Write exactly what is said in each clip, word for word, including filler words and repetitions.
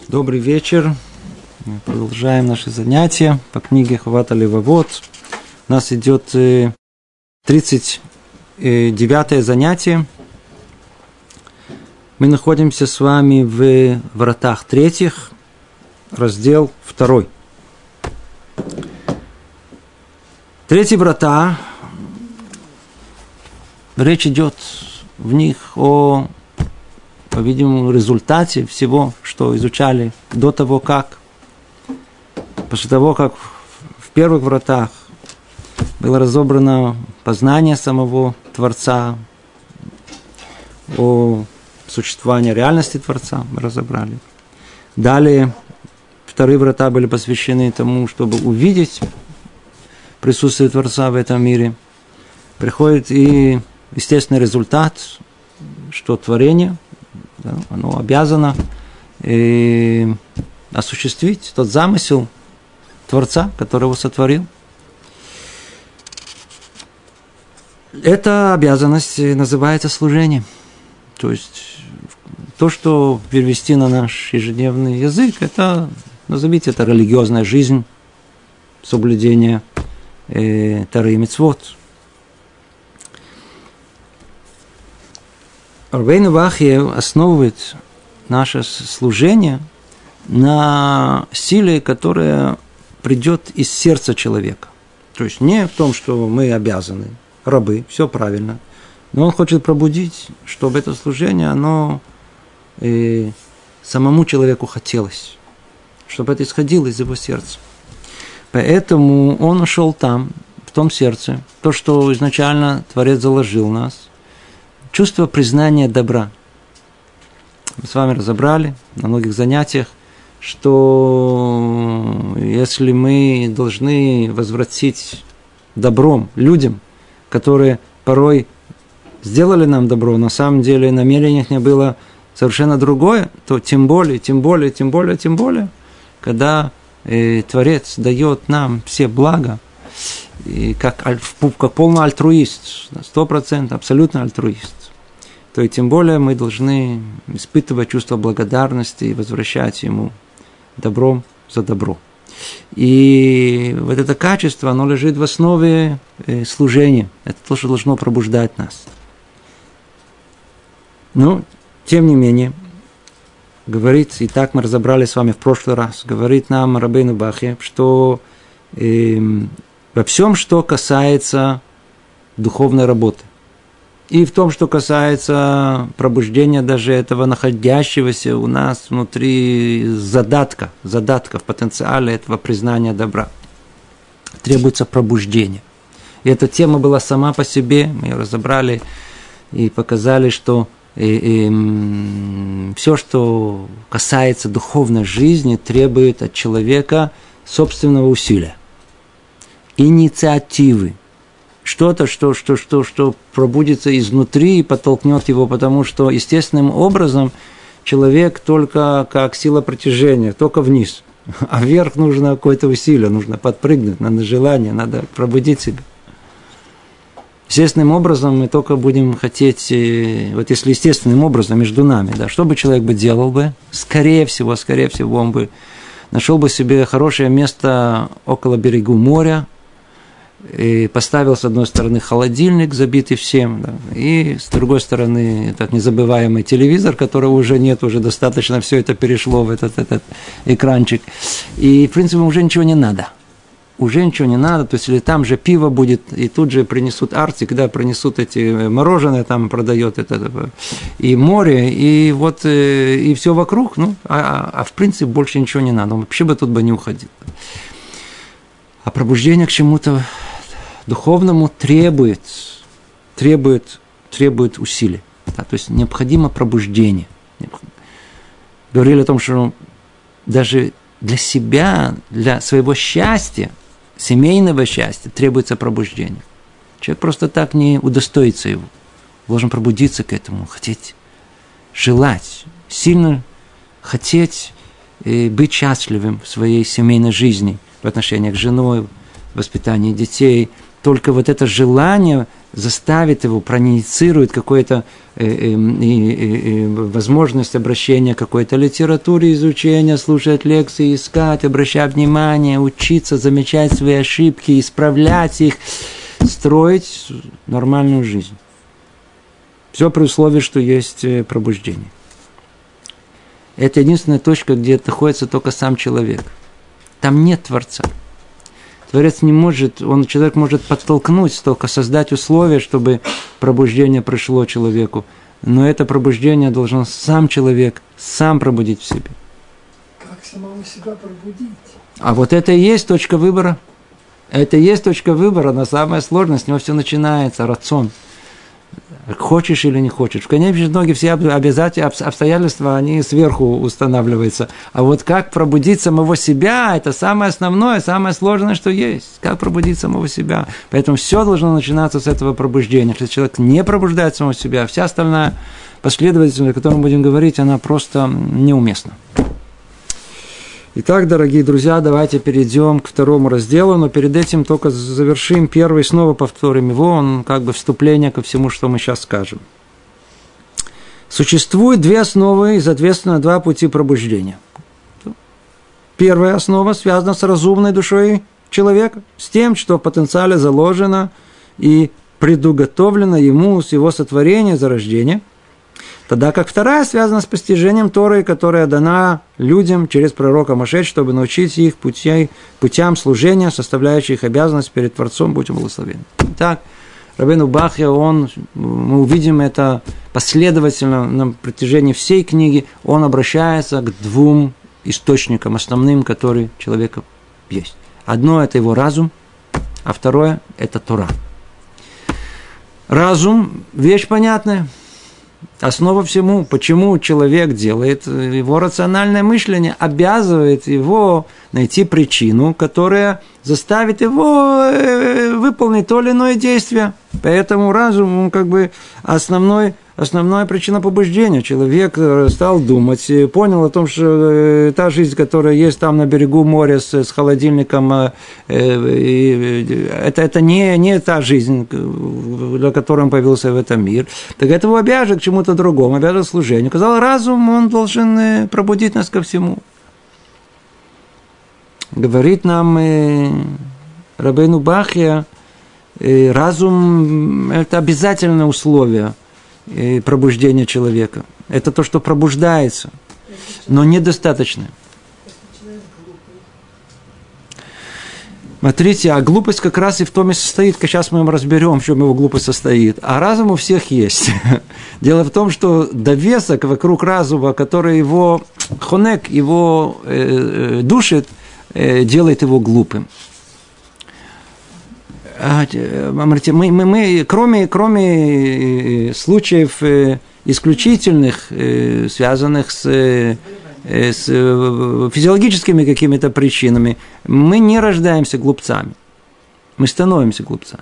Добрый вечер. Мы продолжаем наши занятия по книге Хават Левавот. У нас идет тридцать девятое занятие. Мы находимся с вами в вратах третьих, раздел второй. Третьи врата, речь идет в них о, по-видимому, результате всего, что изучали до того, как, после того, как в первых вратах было разобрано познание самого Творца, о существовании реальности Творца мы разобрали. Далее вторые врата были посвящены тому, чтобы увидеть присутствие Творца в этом мире. Приходит и естественный результат, что творение, да, оно обязано и осуществить тот замысел Творца, который его сотворил. Эта обязанность называется служением. То есть то, что перевести на наш ежедневный язык, это, назовите это, религиозная жизнь, соблюдение э, Торы и Мицвот. Рабейну Бахья основывает наше служение на силе, которая придет из сердца человека. То есть не в том, что мы обязаны, рабы, все правильно, но он хочет пробудить, чтобы это служение, оно э, самому человеку хотелось, чтобы это исходило из его сердца. Поэтому он нашел там, в том сердце, то, что изначально Творец заложил в нас, чувство признания добра. Мы с вами разобрали на многих занятиях, что если мы должны возвратить добром людям, которые порой сделали нам добро, на самом деле намерение их не было совершенно другое, то тем более, тем более, тем более, тем более, когда э, Творец дает нам все блага, и как, как полный альтруист, сто процентов абсолютно альтруист, то и тем более мы должны испытывать чувство благодарности и возвращать ему добром за добро. И вот это качество, оно лежит в основе служения. Это то, что должно пробуждать нас. Но, тем не менее, говорит, и так мы разобрали с вами в прошлый раз, говорит нам Рабейну Бахья, что э, во всем, что касается духовной работы, и в том, что касается пробуждения даже этого находящегося у нас внутри задатка, задатка в потенциале этого признания добра, требуется пробуждение. И эта тема была сама по себе, мы ее разобрали и показали, что и, и, все, что касается духовной жизни, требует от человека собственного усилия, инициативы. Что-то, что, что, что, что пробудится изнутри и подтолкнет его, потому что естественным образом человек только как сила притяжения, только вниз. А вверх нужно какое-то усилие, нужно подпрыгнуть, надо желание, надо пробудить себя. Естественным образом мы только будем хотеть, вот если естественным образом между нами, да, что бы человек бы делал бы, скорее всего, скорее всего, он бы нашел бы себе хорошее место около берегу моря, и поставил с одной стороны холодильник, забитый всем, да, и с другой стороны этот незабываемый телевизор, которого уже нет, уже достаточно все это перешло в этот, этот экранчик. И, в принципе, уже ничего не надо. Уже ничего не надо, то есть или там же пиво будет, и тут же принесут Артик, да, принесут эти мороженое, там продает это, и море, и вот, и все вокруг, ну, а, а в принципе больше ничего не надо, он вообще бы тут бы не уходил. А пробуждение к чему-то духовному требует, требует, требует усилий. Да, то есть необходимо пробуждение. Говорили о том, что даже для себя, для своего счастья, семейного счастья требуется пробуждение. Человек просто так не удостоится его. Должен пробудиться к этому, хотеть, желать, сильно хотеть быть счастливым в своей семейной жизни, в отношениях с женой, в воспитании детей. Только вот это желание заставит его, проинициирует какую-то э, э, э, э, возможность обращения к какой-то литературе, изучения, слушать лекции, искать, обращать внимание, учиться, замечать свои ошибки, исправлять их, строить нормальную жизнь. Все при условии, что есть пробуждение. Это единственная точка, где находится только сам человек. Там нет Творца. Творец не может, он, человек может подтолкнуть, только создать условия, чтобы пробуждение пришло человеку. Но это пробуждение должен сам человек сам пробудить в себе. Как самого себя пробудить? А вот это и есть точка выбора. Это и есть точка выбора, но самая сложность, с него все начинается, рацион. Хочешь или не хочешь. В конечном итоге все обязательства, обстоятельства, они сверху устанавливаются. А вот как пробудить самого себя, это самое основное, самое сложное, что есть. Как пробудить самого себя. Поэтому все должно начинаться с этого пробуждения. Если человек не пробуждает самого себя, вся остальная последовательность, о которой мы будем говорить, она просто неуместна. Итак, дорогие друзья, давайте перейдем к второму разделу, но перед этим только завершим первый, снова повторим его, он как бы вступление ко всему, что мы сейчас скажем. Существует две основы и, соответственно, два пути пробуждения. Первая основа связана с разумной душой человека, с тем, что в потенциале заложено и предуготовлено ему с его сотворения, зарождения. Тогда как вторая связана с постижением Торы, которая дана людям через пророка Моше, чтобы научить их путей, путям служения, составляющих обязанность перед Творцом, будь он благословен. Итак, Рабейну Бахья, он, мы увидим это последовательно на протяжении всей книги, он обращается к двум источникам основным, которые у человека есть. Одно – это его разум, а второе – это Тора. Разум – вещь понятная. Основа всему, почему человек делает, его рациональное мышление обязывает его найти причину, которая заставит его выполнить то или иное действие. Поэтому разум, он как бы основной, основная причина побуждения. Человек стал думать, понял о том, что та жизнь, которая есть там на берегу моря с, с холодильником, это, это не, не та жизнь, для которой он появился в этом мире. Так это его обяжет к чему-то другому, обяжет к служению. Сказал, разум, он должен пробудить нас ко всему. Говорит нам э, Рабейну Бахья, э, разум – это обязательное условие э, пробуждения человека. Это то, что пробуждается, но недостаточно. Смотрите, а глупость как раз и в том и состоит, сейчас мы разберем, в чем его глупость состоит. А разум у всех есть. Дело в том, что довесок вокруг разума, который его хонек, его э, душит, делает его глупым. Мы, мы, мы, кроме, кроме случаев исключительных, связанных с, с физиологическими какими-то причинами, мы не рождаемся глупцами. Мы становимся глупцами.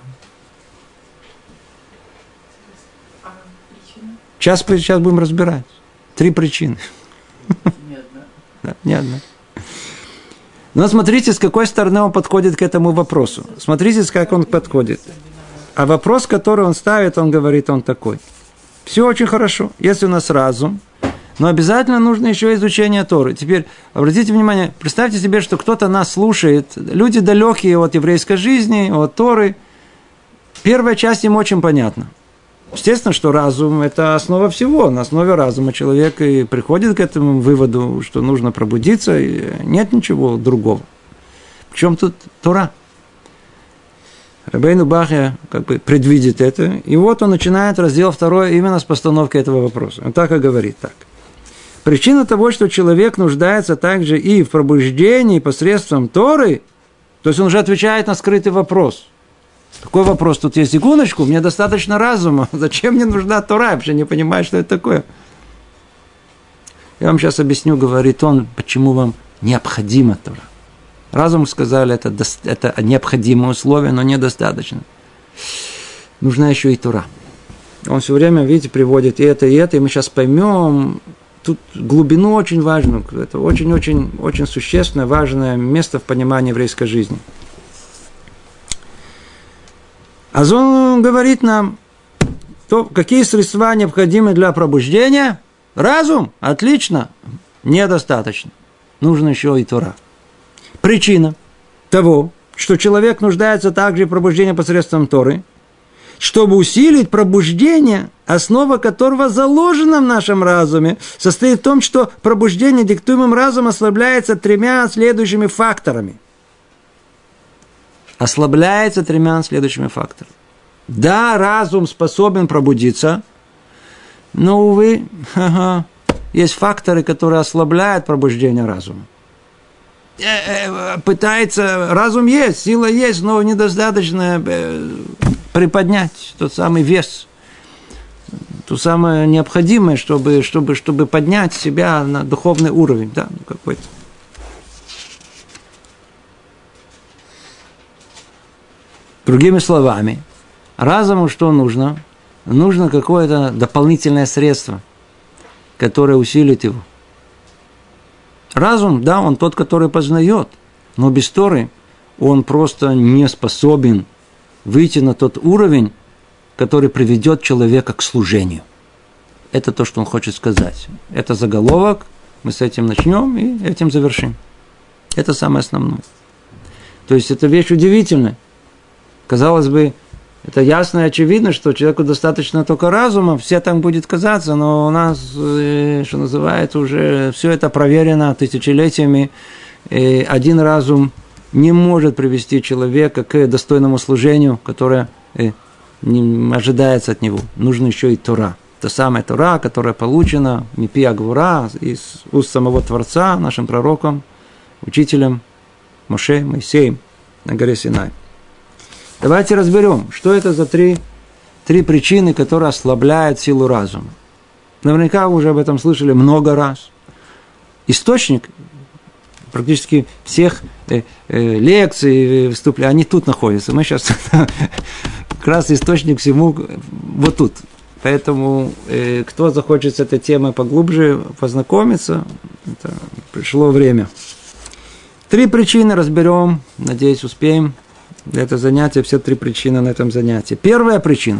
Сейчас, сейчас будем разбирать. Три причины. Не одна. Да, не одна. Но смотрите, с какой стороны он подходит к этому вопросу. Смотрите, как он подходит. А вопрос, который он ставит, он говорит, он такой. Все очень хорошо, если у нас разум, но обязательно нужно еще изучение Торы. Теперь, обратите внимание, представьте себе, что кто-то нас слушает, люди далекие от еврейской жизни, от Торы. Первая часть им очень понятна. Естественно, что разум – это основа всего. На основе разума человек и приходит к этому выводу, что нужно пробудиться, и нет ничего другого. В чем тут Тора? Рабейну Бахья как бы предвидит это, и вот он начинает раздел второй именно с постановки этого вопроса. Он так и говорит так. Причина того, что человек нуждается также и в пробуждении посредством Торы, то есть он уже отвечает на скрытый вопрос. Какой вопрос? Тут есть секундочку, мне достаточно разума. Зачем мне нужна Тора? Я вообще не понимаю, что это такое. Я вам сейчас объясню, говорит он, почему вам необходима Тора. Разум, сказали, это, это необходимое условие, но недостаточно. Нужна еще и Тора. Он все время, видите, приводит и это, и это, и мы сейчас поймем. Тут глубину очень важную. Это очень-очень очень существенное, важное место в понимании еврейской жизни. А он говорит нам, то какие средства необходимы для пробуждения? Разум? Отлично. Недостаточно. Нужно еще и Тора. Причина того, что человек нуждается также в пробуждении посредством Торы, чтобы усилить пробуждение, основа которого заложена в нашем разуме, состоит в том, что пробуждение диктуемым разумом ослабляется тремя следующими факторами. Ослабляется тремя следующими факторами. Да, разум способен пробудиться, но, увы, ага, есть факторы, которые ослабляют пробуждение разума. Пытается, разум есть, сила есть, но недостаточно приподнять тот самый вес, то самое необходимое, чтобы, чтобы, чтобы поднять себя на духовный уровень, да, какой-то. Другими словами, разуму что нужно? Нужно какое-то дополнительное средство, которое усилит его. Разум, да, он тот, который познает, но без Торы он просто не способен выйти на тот уровень, который приведет человека к служению. Это то, что он хочет сказать. Это заголовок, мы с этим начнем и этим завершим. Это самое основное. То есть, это вещь удивительная. Казалось бы, это ясно и очевидно, что человеку достаточно только разума, все так будет казаться, но у нас, что называется, уже все это проверено тысячелетиями. И один разум не может привести человека к достойному служению, которое не ожидается от него. Нужно еще и Тора. Та самая Тора, которая получена мипи агвура, из уст самого Творца, нашим пророком, учителем Моше, Моисеем на горе Синай. Давайте разберем, что это за три, три причины, которые ослабляют силу разума. Наверняка вы уже об этом слышали много раз. Источник практически всех э, э, лекций, выступлений, они тут находятся. Мы сейчас как раз источник всему вот тут. Поэтому, э, кто захочет с этой темой поглубже познакомиться, это пришло время. Три причины разберем, надеюсь, успеем. Это занятие, все три причины на этом занятии. Первая причина.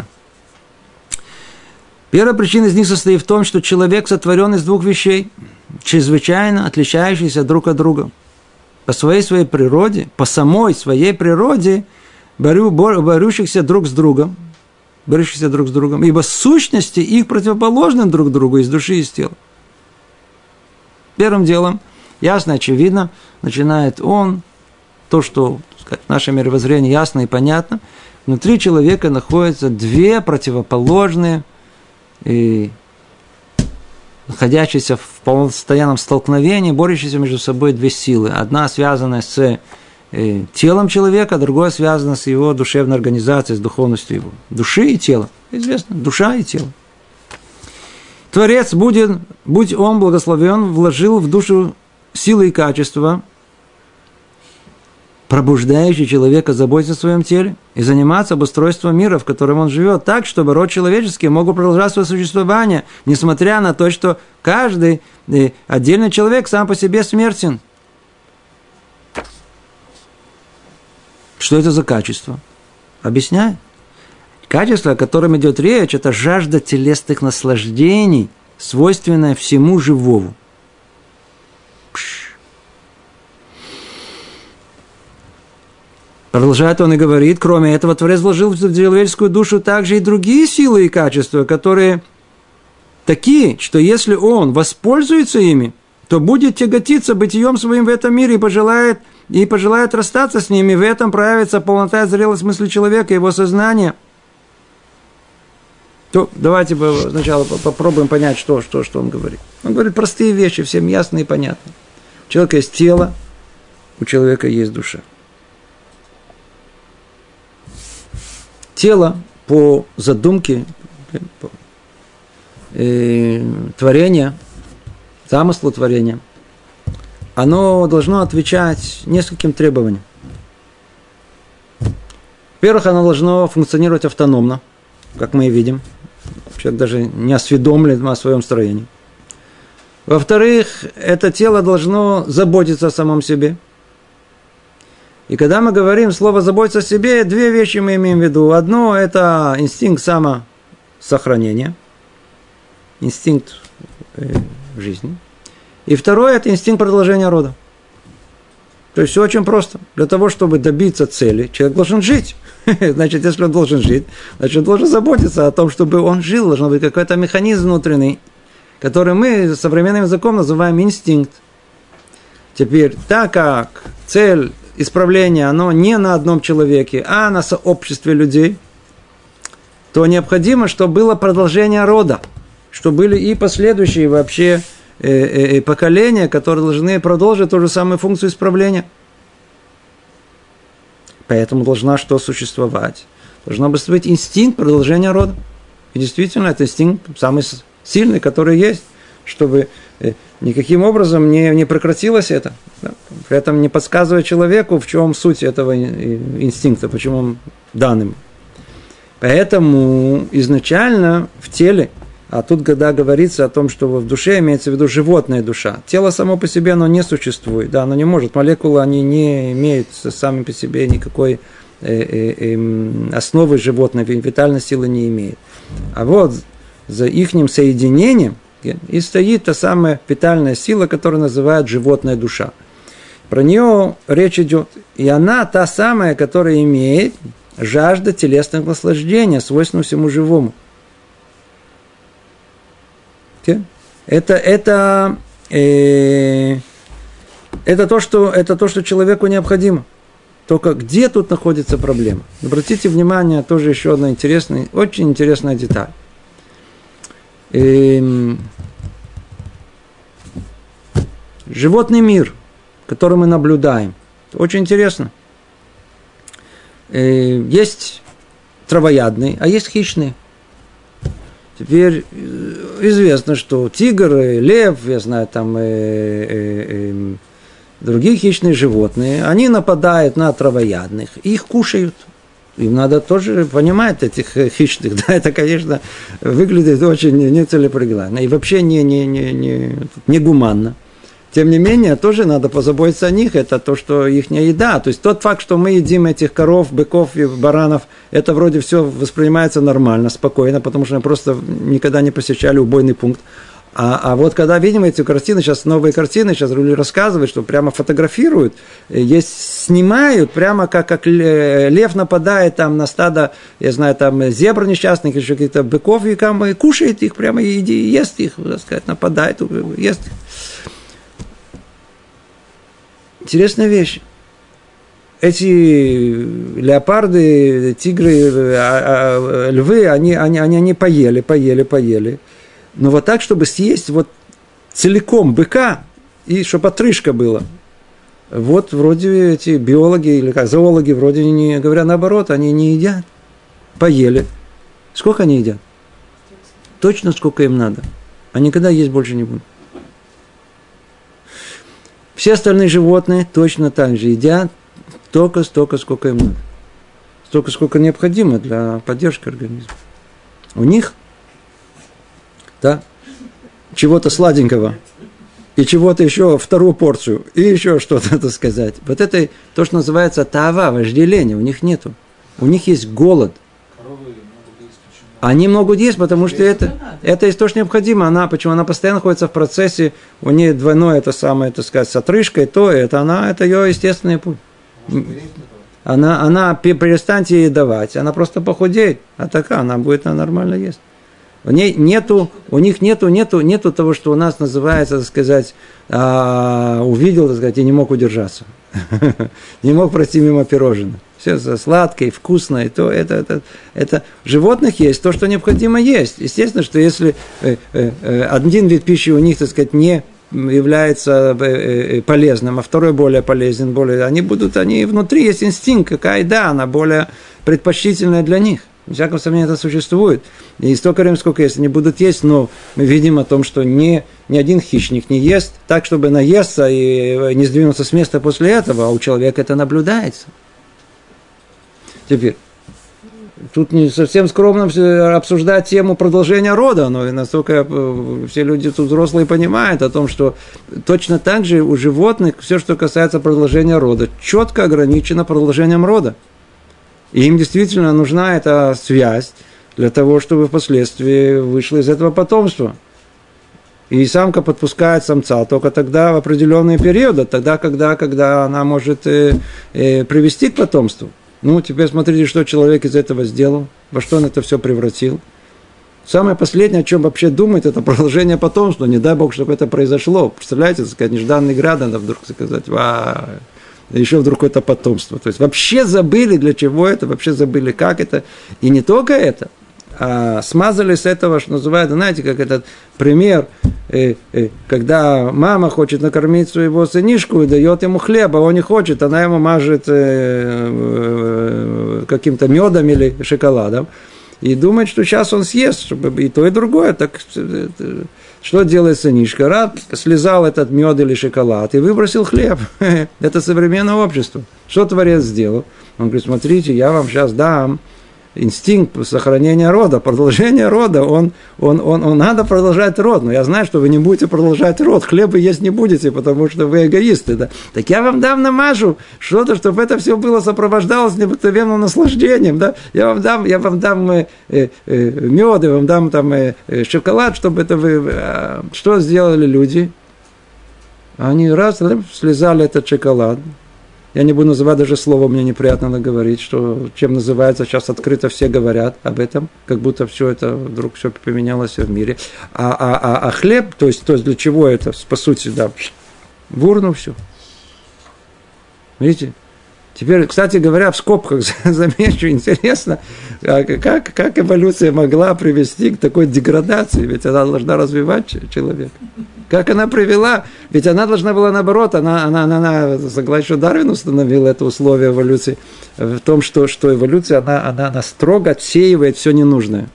Первая причина из них состоит в том, что человек сотворен из двух вещей, чрезвычайно отличающихся друг от друга. По своей своей природе, по самой своей природе, борю, бор, борющихся друг с другом, борющихся друг с другом, ибо сущности их противоположны друг другу из души и из тела. Первым делом, ясно, очевидно, начинает он, то, что сказать, наше мировоззрение ясно и понятно, внутри человека находятся две противоположные и находящиеся в постоянном столкновении, борющиеся между собой две силы. Одна связана с э, телом человека, другая связана с его душевной организацией, с духовностью его. Души и тела. Известно, душа и тело. Творец, будет, будь он благословен, вложил в душу силы и качества, пробуждающий человека заботиться о своем теле и заниматься обустройством мира, в котором он живет, так, чтобы род человеческий мог продолжать свое существование, несмотря на то, что каждый отдельный человек сам по себе смертен. Что это за качество? Объясняю. Качество, о котором идет речь, это жажда телесных наслаждений, свойственная всему живому. Продолжает он и говорит, кроме этого, Творец вложил в человеческую душу также и другие силы и качества, которые такие, что если он воспользуется ими, то будет тяготиться бытием своим в этом мире и пожелает, и пожелает расстаться с ними. В этом проявится полнота и зрелость мысли человека, его сознания. То давайте сначала попробуем понять, что, что, что он говорит. Он говорит простые вещи, всем ясно и понятно. У человека есть тело, у человека есть душа. Тело по задумке по, э, творения, замыслу творения, оно должно отвечать нескольким требованиям. Во-первых, оно должно функционировать автономно, как мы и видим. Человек даже не осведомлен о своем строении. Во-вторых, это тело должно заботиться о самом себе. И когда мы говорим слово «заботиться о себе», две вещи мы имеем в виду. Одно – это инстинкт самосохранения, инстинкт жизни. И второе – это инстинкт продолжения рода. То есть все очень просто. Для того, чтобы добиться цели, человек должен жить. Значит, если он должен жить, значит, он должен заботиться о том, чтобы он жил. Должен быть какой-то механизм внутренний, который мы современным языком называем инстинкт. Теперь, так как цель исправления, оно не на одном человеке, а на сообществе людей, то необходимо, чтобы было продолжение рода, чтобы были и последующие вообще э, э, поколения, которые должны продолжить ту же самую функцию исправления. Поэтому должна что существовать? Должна быть инстинкт продолжения рода. И действительно, это инстинкт самый сильный, который есть, чтобы никаким образом не, не прекратилось это. Да? При этом не подсказывая человеку, в чем суть этого инстинкта, почему он данным. Поэтому изначально в теле, а тут когда говорится о том, что в душе имеется в виду животная душа, тело само по себе, оно не существует, да, оно не может, молекулы, они не имеют сами по себе никакой э, э, э, основы животной, витальной силы не имеют. А вот за ихним соединением и стоит та самая витальная сила, которую называют животная душа. Про нее речь идет. И она та самая, которая имеет жажда телесных наслаждений, свойственную всему живому. Это, это, э, это, то, что, это то, что человеку необходимо. Только где тут находится проблема? Обратите внимание, тоже еще одна интересная, очень интересная деталь. Э, животный мир, который мы наблюдаем, очень интересно. Э, есть травоядные, а есть хищные. Теперь известно, что тигр, лев, я знаю, там э, э, э, другие хищные животные, они нападают на травоядных, их кушают. Им надо тоже понимать этих хищных. Да, это, конечно, выглядит очень нецелеполагально и вообще не, не, не, не, не гуманно. Тем не менее, тоже надо позаботиться о них, это то, что их еда. То есть тот факт, что мы едим этих коров, быков и баранов, это вроде все воспринимается нормально, спокойно, потому что мы просто никогда не посещали убойный пункт. А, а вот когда видим эти картины, сейчас новые картины, сейчас люди рассказывают, что прямо фотографируют, есть, снимают, прямо как, как лев нападает там на стадо, я знаю, там зебр несчастных, еще каких-то быков, и, там, и кушает их, прямо и, и ест их, так сказать, нападает, ест их. Интересная вещь. Эти леопарды, тигры, львы, они, они, они, они поели, поели, поели. Но вот так, чтобы съесть вот целиком быка, и чтобы отрыжка была. Вот вроде эти биологи, или как, зоологи, вроде не говоря наоборот, они не едят. Поели. Сколько они едят? Точно сколько им надо. А никогда есть больше не будут. Все остальные животные точно так же едят только столько, сколько им надо. Столько, сколько необходимо для поддержки организма. У них, да, чего-то сладенького, и чего-то еще, вторую порцию, и еще что-то, так сказать. Вот это то, что называется таава, вожделение, у них нету. У них есть голод. Они могут есть, потому что это, это есть то, что необходимо. Она, почему она постоянно находится в процессе, у нее двойное это самое, так сказать, с отрыжкой, то это она, это ее естественный путь. Она, она перестаньте ей давать, она просто похудеет, а такая она будет она нормально есть. У ней нету, у них нету, нету, нету того, что у нас называется, так сказать, а, увидел, так сказать, и не мог удержаться, не мог пройти мимо пирожного. Все сладкое, вкусное, то это, это, это в животных есть то, что необходимо есть. Естественно, что если э, э, один вид пищи у них, так сказать, не является э, полезным, а второй более полезен, более, они будут, они внутри есть инстинкт, какая еда, она более предпочтительная для них. В всяком сомнении, это существует. И столько времени, сколько есть, они будут есть, но мы видим о том, что ни, ни один хищник не ест так, чтобы наесться и не сдвинуться с места после этого, а у человека это наблюдается. Теперь, тут не совсем скромно обсуждать тему продолжения рода, но настолько все люди тут взрослые понимают о том, что точно так же у животных все, что касается продолжения рода, четко ограничено продолжением рода. И им действительно нужна эта связь для того, чтобы впоследствии вышло из этого потомство. И самка подпускает самца только тогда в определенные периоды, тогда, когда, когда она может э, э, привести к потомству. Ну, теперь смотрите, что человек из этого сделал, во что он это все превратил. Самое последнее, о чем вообще думает, это продолжение потомства. Не дай Бог, чтобы это произошло. Представляете, так сказать, нежданный град, надо вдруг сказать, ва, еще вдруг это потомство. То есть вообще забыли, для чего это, вообще забыли, как это. И не только это. А смазали с этого, что называют, знаете, как этот пример, э, э, когда мама хочет накормить своего сынишку и дает ему хлеб, а он не хочет, она ему мажет э, э, каким-то медом или шоколадом, и думает, что сейчас он съест, чтобы и то, и другое. Так э, э, что делает сынишка? Рад, слезал этот мед или шоколад и выбросил хлеб. Это современное общество. Что Творец сделал? Он говорит, смотрите, я вам сейчас дам инстинкт сохранения рода, продолжение рода, он, он, он, он надо продолжать род, но я знаю, что вы не будете продолжать род, хлеба есть не будете, потому что вы эгоисты, да? Так я вам дам намажу что-то, чтобы это все было сопровождалось необыкновенным наслаждением, да? Я вам дам, я вам дам э, э, мед, я вам дам там э, шоколад, чтобы это вы... Э, что сделали люди? Они раз, раз слезали этот шоколад. Я не буду называть даже слово, мне неприятно говорить, что чем называется, сейчас открыто все говорят об этом, как будто все это вдруг все поменялось в мире. А, а, а, а хлеб, то есть, то есть для чего это, по сути, да, в урну все. Видите? Теперь, кстати говоря, в скобках замечу, интересно, как, как эволюция могла привести к такой деградации, ведь она должна развивать человека. Как она привела, ведь она должна была наоборот, она, она, она, она согласно, что Дарвин установил это условие эволюции, в том, что, что эволюция, она, она, она строго отсеивает все ненужное.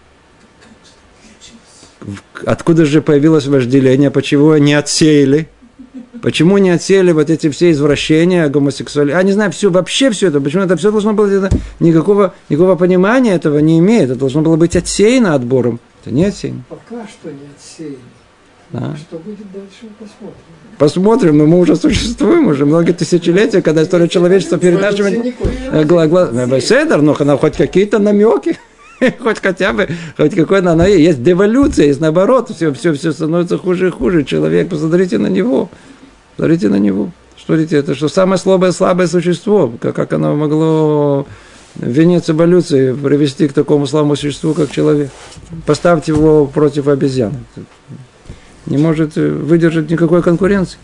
Откуда же появилось вожделение, почему не отсеяли? Почему не отсеяли вот эти все извращения, гомосексуализм? Я не знаю, все, вообще все это. Почему это все должно было... Это, никакого, никакого понимания этого не имеет. Это должно было быть отсеяно отбором. Это не отсеяно. Пока что не отсеяно. Да. Что будет дальше, посмотрим. Посмотрим, но мы уже существуем, уже многие тысячелетия, когда история человечества перед нашими... Седер, но хоть какие-то намеки. Хоть хотя бы, хоть какой-то, оно есть деволюция, есть наоборот, все, все, все становится хуже и хуже. Человек, посмотрите на него. Смотрите на него. Смотрите, это что самое слабое, слабое существо. Как, как оно могло венец эволюции привести к такому слабому существу, как человек. Поставьте его против обезьяны. Не может выдержать никакой конкуренции.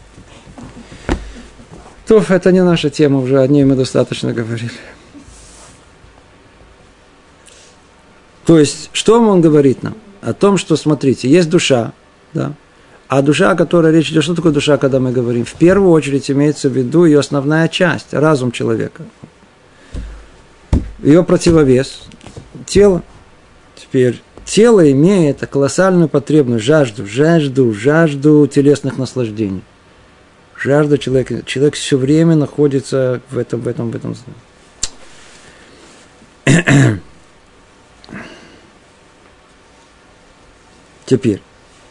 То это не наша тема, уже о ней мы достаточно говорили. То есть, что он говорит нам? О том, что, смотрите, есть душа, да, а душа, о которой речь идет, что такое душа, когда мы говорим? В первую очередь имеется в виду ее основная часть, разум человека. Ее противовес – тело. Теперь тело имеет колоссальную потребность, жажду, жажду, жажду телесных наслаждений. Жажда человека. Человек все время находится в этом, в этом, в этом. Теперь.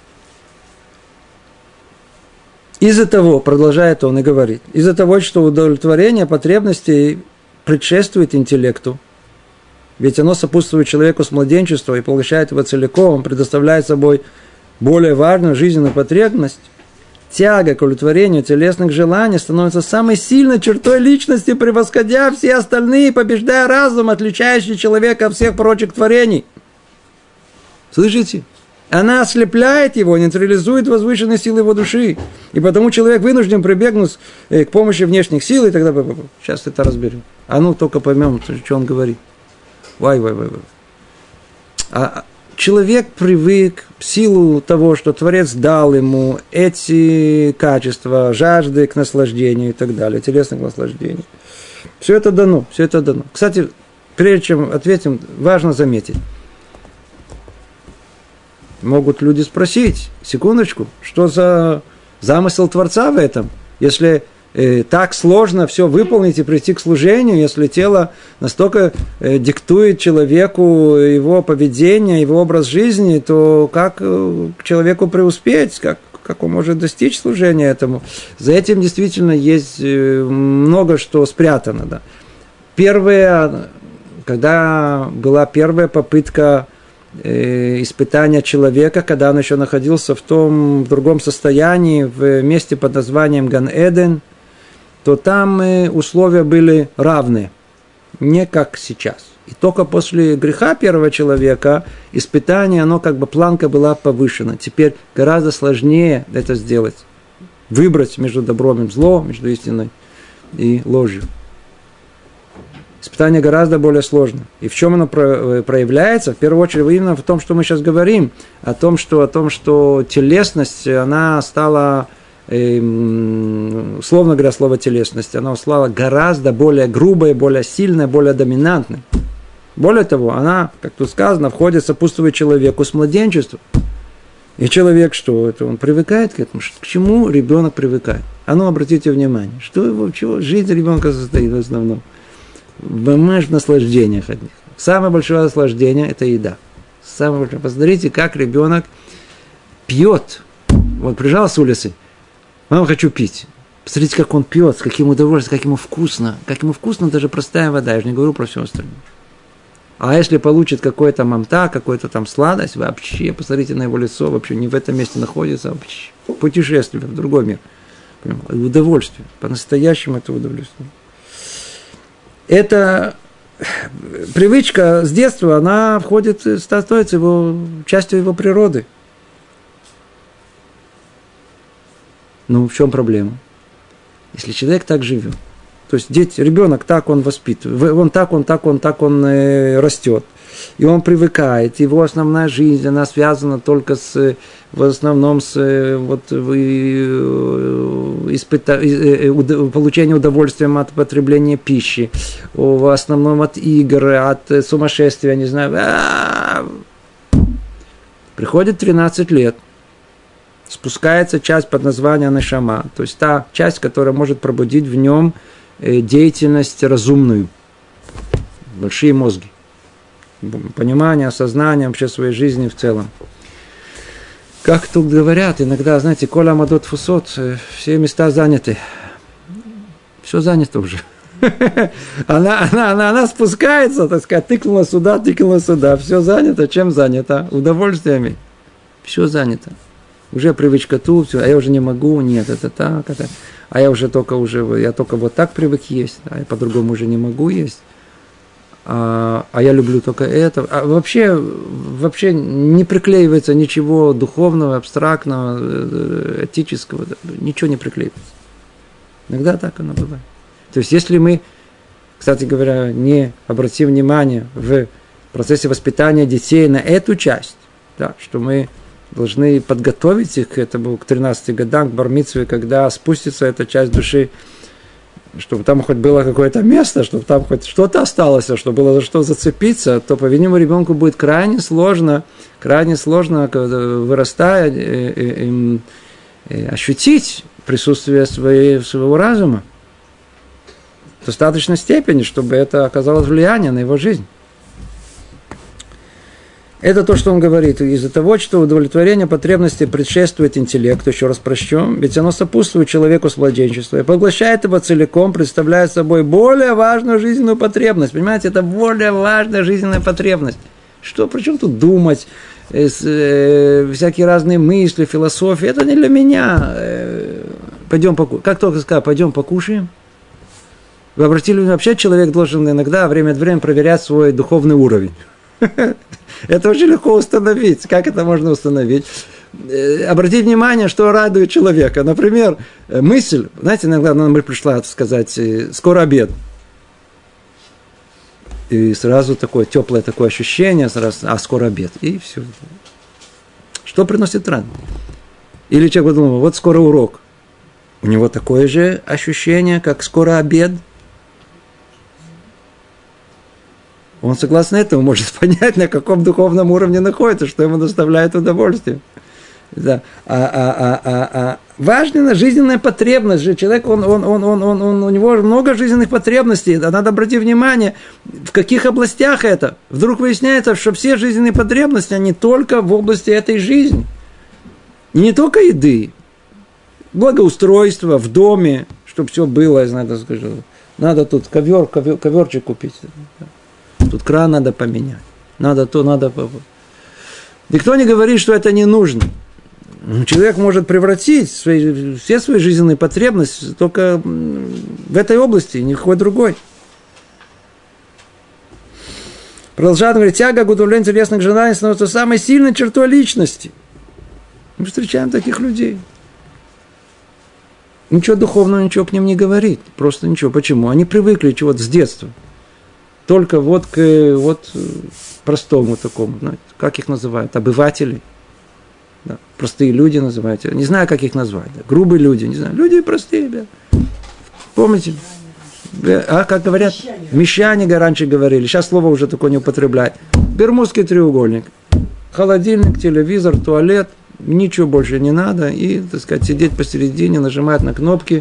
Из-за того, продолжает он и говорит, из-за того, что удовлетворение потребностей предшествует интеллекту, ведь оно сопутствует человеку с младенчества и поглощает его целиком, предоставляет собой более важную жизненную потребность, тяга к удовлетворению телесных желаний становится самой сильной чертой личности, превосходя все остальные, побеждая разум, отличающий человека от всех прочих творений. Слышите? Она ослепляет его, нейтрализует возвышенные силы его души. И потому человек вынужден прибегнуть к помощи внешних сил, и тогда сейчас это разберем. А ну только поймем, что он говорит. Вай, вай, вай, вай. А человек привык в силу того, что Творец дал ему эти качества, жажды к наслаждению и так далее, телесных наслаждений. Все это дано, все это дано. Кстати, прежде чем ответим, важно заметить. Могут люди спросить, секундочку, что за замысел Творца в этом? Если э, так сложно все выполнить и прийти к служению, если тело настолько э, диктует человеку его поведение, его образ жизни, то как э, к человеку преуспеть, как, как он может достичь служения этому? За этим действительно есть э, много что спрятано. Да. Первое, когда была первая попытка испытания человека, когда он еще находился в том, в другом состоянии, в месте под названием Ган-Эден, то там условия были равны, не как сейчас. И только после греха первого человека испытание, оно как бы планка была повышена. Теперь гораздо сложнее это сделать. Выбрать между добром и злом, между истиной и ложью. Испытание гораздо более сложно. И в чем оно проявляется? В первую очередь именно в том, что мы сейчас говорим, о том, что, о том, что телесность, она стала, э, условно говоря, слово телесность, она стала гораздо более грубой, более сильной, более доминантной. Более того, она, как тут сказано, входит, сопутствует человеку с младенчества. И человек что? Это он привыкает к этому. К чему ребенок привыкает? А ну, обратите внимание, что его, чего жизнь ребенка состоит в основном? В наслаждениях от них. Самое большое наслаждение – это еда. Самое большое. Посмотрите, как ребенок пьет. Вот прижал с улицы. Мама, хочу пить. Посмотрите, как он пьет, с каким удовольствием, как ему вкусно. Как ему вкусно даже простая вода. Я же не говорю про все остальное. А если получит какой-то мамта, какой-то там сладость, вообще, посмотрите на его лицо, вообще не в этом месте находится, вообще путешествие в другой мир. Удовольствие. По-настоящему это удовольствие. Эта привычка с детства, она входит, становится его, частью его природы. Ну, в чем проблема? Если человек так живет, то есть дети, ребенок так он воспитывает, он так, он так, он так, он э, растет, и он привыкает, его основная жизнь, она связана только с, в основном с вот, испыта, получением удовольствия от потребления пищи, в основном от игр, от сумасшествия, не знаю. Приходит тринадцать лет, спускается часть под названием нешама, то есть та часть, которая может пробудить в нем деятельность разумную, большие мозги, понимание, осознание вообще своей жизни в целом. Как тут говорят, иногда, знаете, коля мадот фусот, все места заняты. Все занято уже. Она, она, она, она спускается, так сказать, тыкнула сюда, тыкнула сюда. Все занято. Чем занято? Удовольствиями. Все занято. Уже привычка тут, все, а я уже не могу, нет, это так, это. А я уже только уже, я только вот так привык есть, а я по-другому уже не могу есть. А, а я люблю только это. А вообще, вообще не приклеивается ничего духовного, абстрактного, этического, ничего не приклеивается. Иногда так оно бывает. То есть, если мы, кстати говоря, не обратим внимание в процессе воспитания детей на эту часть, да, что мы должны подготовить их к этому, к тринадцати годам, к бар-мицве, когда спустится эта часть души, чтобы там хоть было какое-то место, чтобы там хоть что-то осталось, чтобы было за что зацепиться, то, по-видимому, ребенку будет крайне сложно, крайне сложно, вырастая, им ощутить присутствие своей, своего разума в достаточной степени, чтобы это оказало влияние на его жизнь. Это то, что он говорит. Из-за того, что удовлетворение потребностей предшествует интеллекту, еще раз прочтем, ведь оно сопутствует человеку с младенчества и поглощает его целиком, представляя собой более важную жизненную потребность. Понимаете, это более важная жизненная потребность. Что, причем тут думать, э, э, всякие разные мысли, философии, это не для меня. Э, пойдем покушаем. Как только сказал, пойдем покушаем. Вы обратили, вообще человек должен иногда время от времени проверять свой духовный уровень. Это очень легко установить. Как это можно установить? Обратите внимание, что радует человека. Например, мысль, знаете, иногда нам пришла, так сказать, скоро обед. И сразу такое теплое такое ощущение, сразу, а скоро обед. И все. Что приносит радость? Или человек подумал, вот скоро урок. У него такое же ощущение, как скоро обед. Он, согласно этому, может понять, на каком духовном уровне находится, что ему доставляет удовольствие. Да. А, а, а, а, а. Важная жизненная потребность же. Человек, он, он, он, он, он, он, у него много жизненных потребностей. Надо обратить внимание, в каких областях это. Вдруг выясняется, что все жизненные потребности, они только в области этой жизни. И не только еды. Благоустройство в доме, чтобы все было, я знаю, скажу. Надо тут ковер, ковер, коверчик купить. Тут кран надо поменять. Надо то, надо... Никто не говорит, что это не нужно. Человек может превратить свои, все свои жизненные потребности только в этой области, ни в какой другой. Продолжает говорить, тяга к удовлетворению телесных желаний становится самой сильной чертой личности. Мы встречаем таких людей. Ничего духовного, ничего к ним не говорит. Просто ничего. Почему? Они привыкли чего-то с детства. Только вот к вот простому такому. Знаете, как их называют? Обыватели. Да. Простые люди называют. Не знаю, как их назвать. Да. Грубые люди. Не знаю. Люди простые. Да. Помните? А как говорят? Мещане раньше говорили. Сейчас слово уже такое не употребляют. Бермудский треугольник. Холодильник, телевизор, туалет. Ничего больше не надо. И, так сказать, сидеть посередине, нажимать на кнопки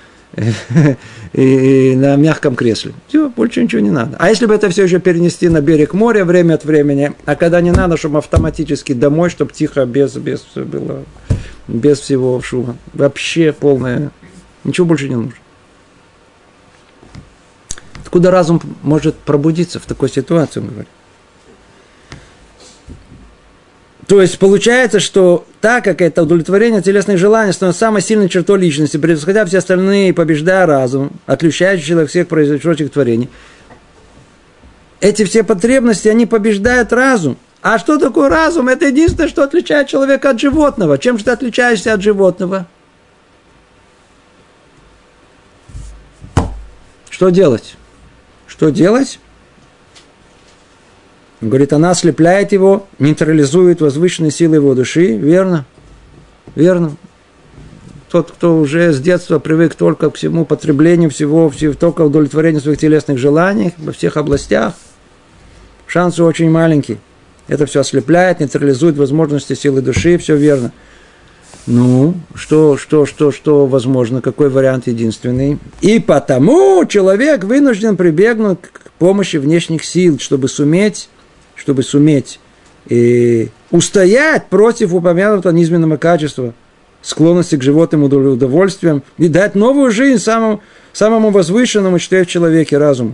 и на мягком кресле. Все, больше ничего не надо. А если бы это все еще перенести на берег моря время от времени, а когда не надо, чтобы автоматически домой, чтобы тихо, без, без, все было, без всего шума. Вообще полное. Ничего больше не нужно. Откуда разум может пробудиться в такой ситуации, он говорит? То есть получается, что так как это удовлетворение телесных желаний становится самой сильной чертой личности, превосходя все остальные, побеждая разум, отличающий человека всех произошедших творений, эти все потребности, они побеждают разум. А что такое разум? Это единственное, что отличает человека от животного. Чем же ты отличаешься от животного? Что делать? Что делать? Он говорит, она ослепляет его, нейтрализует возвышенные силы его души. Верно? Верно. Тот, кто уже с детства привык только к всему потреблению всего, всего только удовлетворению своих телесных желаний во всех областях, шансы очень маленькие. Это все ослепляет, нейтрализует возможности силы души, все верно. Ну, что, что, что, что возможно, какой вариант единственный? И потому человек вынужден прибегнуть к помощи внешних сил, чтобы суметь чтобы суметь э, устоять против упомянутого низменного качества, склонности к животным удовольствиям и дать новую жизнь самому, самому возвышенному, что есть в человеке, разуму.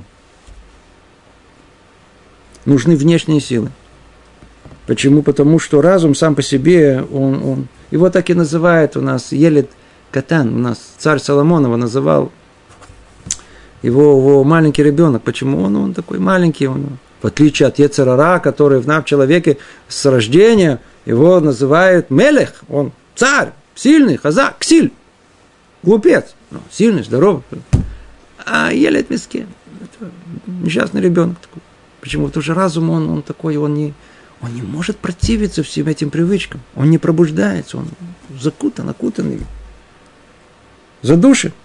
Нужны внешние силы. Почему? Потому что разум сам по себе, он, он, его так и называют у нас, Елед Катан, у нас царь Соломон его называл, его, его маленький ребенок. Почему он, он такой маленький, он... В отличие от Йецер ара, который в нам человеке с рождения, его называют Мелех, он царь, сильный, хазак, ксиль, глупец, ну, сильный, здоровый. А Елет Мискен, это несчастный ребенок такой. Почему? Потому что разум, он, он такой, он не, он не может противиться всем этим привычкам, он не пробуждается, он закутан, окутан, задушен.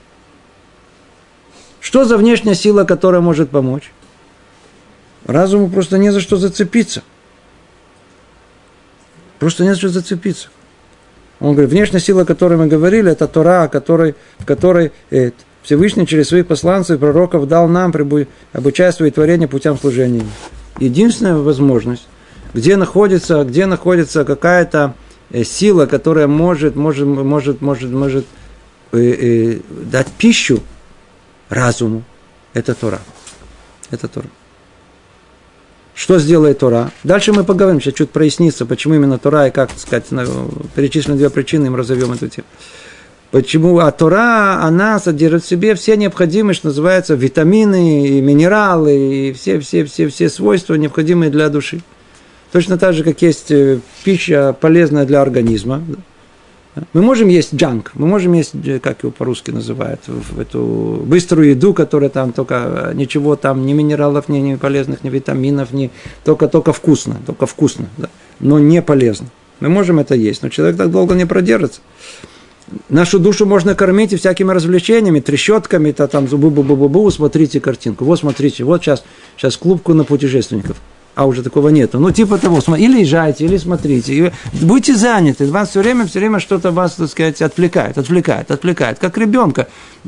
Что за внешняя сила, которая может помочь? Разуму просто не за что зацепиться. Просто не за что зацепиться. Он говорит, внешняя сила, о которой мы говорили, это Тора, о которой, в которой э, Всевышний через своих посланцев и пророков дал нам, обучая свои творения путям служения. Единственная возможность, где находится, где находится какая-то э, сила, которая может, может, может, может, может э, э, дать пищу разуму, это Тора. Это Тора. Что сделает Тора? Дальше мы поговорим, сейчас чуть прояснится, почему именно Тора и как, так сказать, перечислены две причины, мы разовьем эту тему. Почему? А Тора, она содержит в себе все необходимые, что называется, витамины, и минералы, и все, все, все, все свойства, необходимые для души. Точно так же, как есть пища, полезная для организма. Мы можем есть джанк, мы можем есть, как его по-русски называют, в эту быструю еду, которая там только ничего там, ни минералов, ни, ни полезных, ни витаминов, ни, только, только вкусно, только вкусно, да, но не полезно. Мы можем это есть, но человек так долго не продержится. Нашу душу можно кормить и всякими развлечениями, трещотками, то там бу-бу-бу-бу-бу, смотрите картинку, вот смотрите, вот сейчас, сейчас клубку на путешественников. а уже такого нету. Ну, типа того, или езжайте, или смотрите. Будьте заняты. Вас все время, все время что-то вас, так сказать, отвлекает, отвлекает, отвлекает. Как ребенка.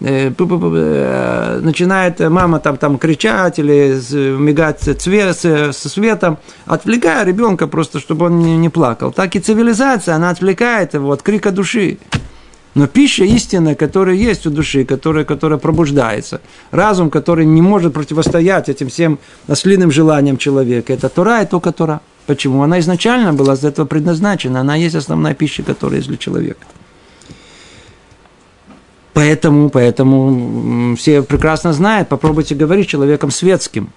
Начинает мама там, там кричать или мигать цвет, со светом, отвлекая ребенка просто, чтобы он не плакал. Так и цивилизация, она отвлекает его от крика души. Но пища истинная, которая есть у души, которая, которая пробуждается, разум, который не может противостоять этим всем ослиным желаниям человека, это Тора и только Тора. Почему? Она изначально была для этого предназначена, она есть основная пища, которая есть для человека. Поэтому, поэтому все прекрасно знают, попробуйте говорить с человеком светским.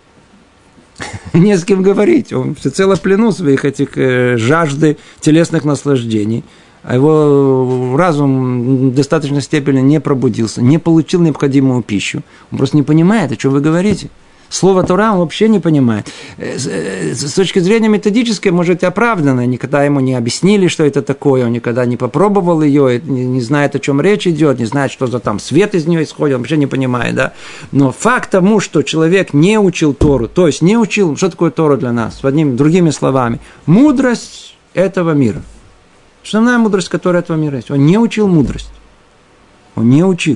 Не с кем говорить, он всецело в плену своих этих жажды телесных наслаждений. А его разум в достаточной степени не пробудился, не получил необходимую пищу. Он просто не понимает, о чем вы говорите. Слово Тора он вообще не понимает. С точки зрения методической, может, и оправданно. Никогда ему не объяснили, что это такое, он никогда не попробовал ее, не знает, о чем речь идет, не знает, что за там свет из нее исходит, он вообще не понимает. Да? Но факт тому, что человек не учил Тору, то есть не учил, что такое Тора для нас, одними, другими словами, мудрость этого мира. Основная мудрость, которая этого мира есть. Он не учил мудрость. Он не учил.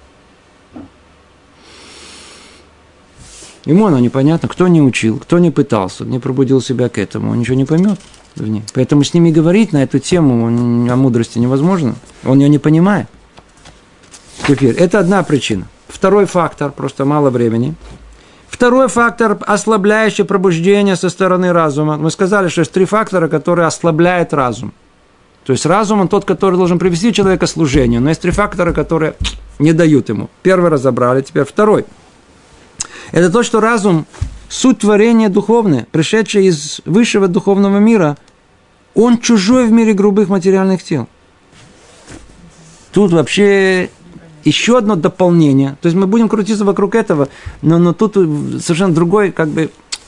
Ему оно непонятно, кто не учил, кто не пытался, не пробудил себя к этому, он ничего не поймет в ней. Поэтому с ними говорить на эту тему о мудрости невозможно. Он ее не понимает. Теперь, это одна причина. Второй фактор, просто мало времени. Второй фактор, ослабляющий пробуждение со стороны разума. Мы сказали, что есть три фактора, которые ослабляют разум. То есть разум, он тот, который должен привести человека к служению. Но есть три фактора, которые не дают ему. Первый разобрали, теперь второй. Это то, что разум, суть творения духовное, пришедшее из высшего духовного мира, он чужой в мире грубых материальных тел. Тут вообще еще одно дополнение. То есть мы будем крутиться вокруг этого, но, но тут совершенно другой, как бы,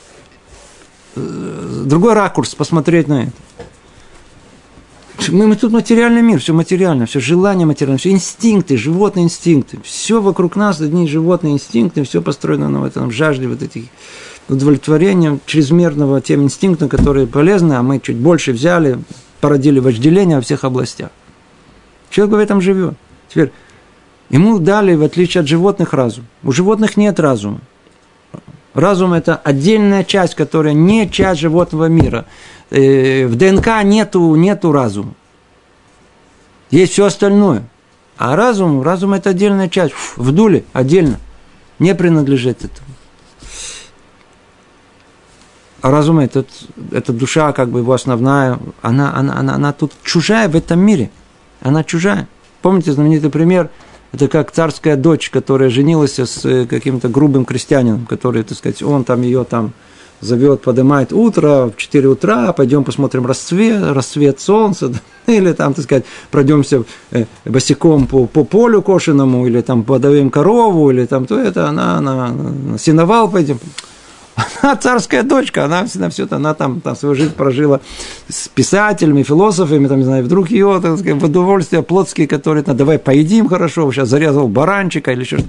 другой ракурс посмотреть на это. Мы, мы тут материальный мир, все материально, все желания материальные, все инстинкты, животные инстинкты. Все вокруг нас одни животные инстинкты, все построено на этом жажде вот этих удовлетворения чрезмерного тем инстинктам, которые полезны, а мы чуть больше взяли, породили вожделение во всех областях. Человек в этом живет. Теперь ему дали, в отличие от животных, разум. У животных нет разума. Разум – это отдельная часть, которая не часть животного мира. В ДНК нету, нету разума. Есть все остальное. А разум, разум – это отдельная часть. Вдули, отдельно. Не принадлежит этому. А разум – это, это душа, как бы его основная. Она, она, она, она тут чужая в этом мире. Она чужая. Помните знаменитый пример? Это как царская дочь, которая женилась с каким-то грубым крестьянином, который, так сказать, он там ее там зовет, поднимает утро, в четыре утра, пойдем посмотрим рассвет, рассвет солнца, или там, так сказать, пройдемся босиком по, по полю кошеному, или там подавим корову, или там то это, она, она, на сеновал пойдем. Она царская дочка, она, она все это, она там, там свою жизнь прожила с писателями, философами, там, не знаю, вдруг ее, так сказать, в удовольствие плотские, которые, ну, давай поедим хорошо, сейчас зарезал баранчика или что-то.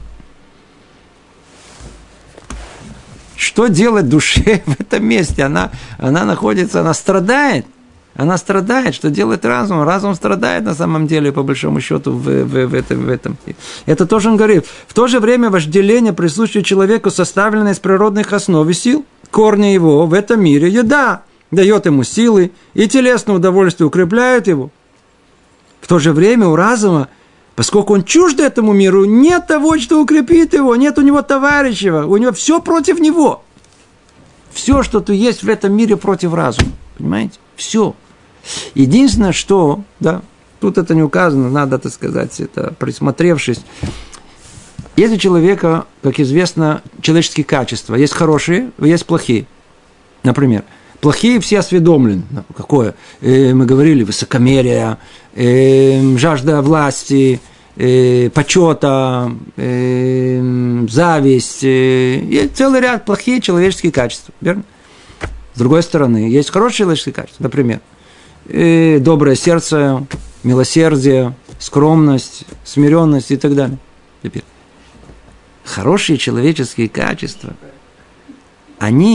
Что делать душе в этом месте? Она, она находится, она страдает. Она страдает. Что делает разум? Разум страдает на самом деле, по большому счету, в, в, в, этом, в этом. Это тоже он говорит. В то же время вожделение, присущее человеку, составленное из природных основ и сил. Корни его в этом мире еда дает ему силы, и телесное удовольствие укрепляет его. В то же время у разума, поскольку он чужд этому миру, нет того, что укрепит его, нет у него товарища, у него все против него. Все, что тут есть в этом мире, против разума. Понимаете? Все. Единственное, что, да, тут это не указано, надо, так сказать, это присмотревшись. Есть у человека, как известно, человеческие качества. Есть хорошие, есть плохие. Например, плохие все осведомлены. Какое? Э, мы говорили, высокомерие, э, жажда власти, э, почета, э, зависть. Э, есть целый ряд плохие человеческие качества. Верно? С другой стороны, есть хорошие человеческие качества. Например, э, доброе сердце, милосердие, скромность, смиренность и так далее. Теперь, хорошие человеческие качества, они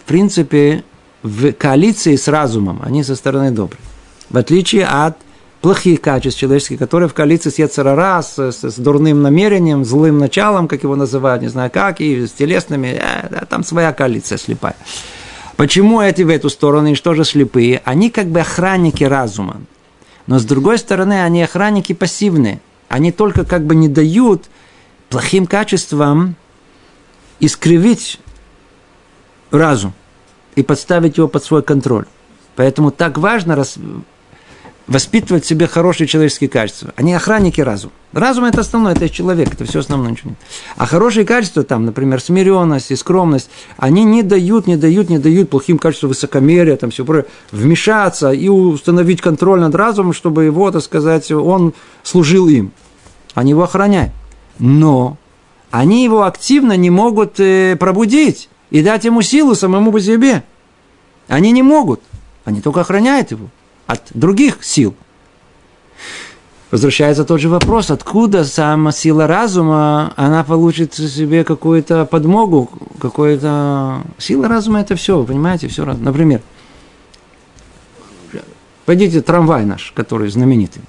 принципе, в коалиции с разумом, они со стороны добрые. В отличие от плохих качеств человеческих, которые в коалиции с Йецер ха-Ра, с, с, с дурным намерением, злым началом, как его называют, не знаю как, и с телесными, э, там своя коалиция слепая. Почему эти в эту сторону, и что же слепые? Они как бы охранники разума. Но с другой стороны, они охранники пассивные. Они только как бы не дают плохим качествам искривить разум и подставить его под свой контроль. Поэтому так важно рас... воспитывать в себе хорошие человеческие качества. Они охранники разума. Разум – это основное, это человек, это все основное, ничего нет. А хорошие качества, там, например, смиренность и скромность, они не дают, не дают, не дают плохим качествам высокомерия, там, все прочее, вмешаться и установить контроль над разумом, чтобы его, так сказать, он служил им. Они его охраняют. Но они его активно не могут пробудить и дать ему силу самому по себе. Они не могут. Они только охраняют его от других сил. Возвращается тот же вопрос, откуда сама сила разума, она получит в себе какую-то подмогу, какую-то... Сила разума – это все, вы понимаете, все разум. Например, пойдите, трамвай наш, который знаменитый.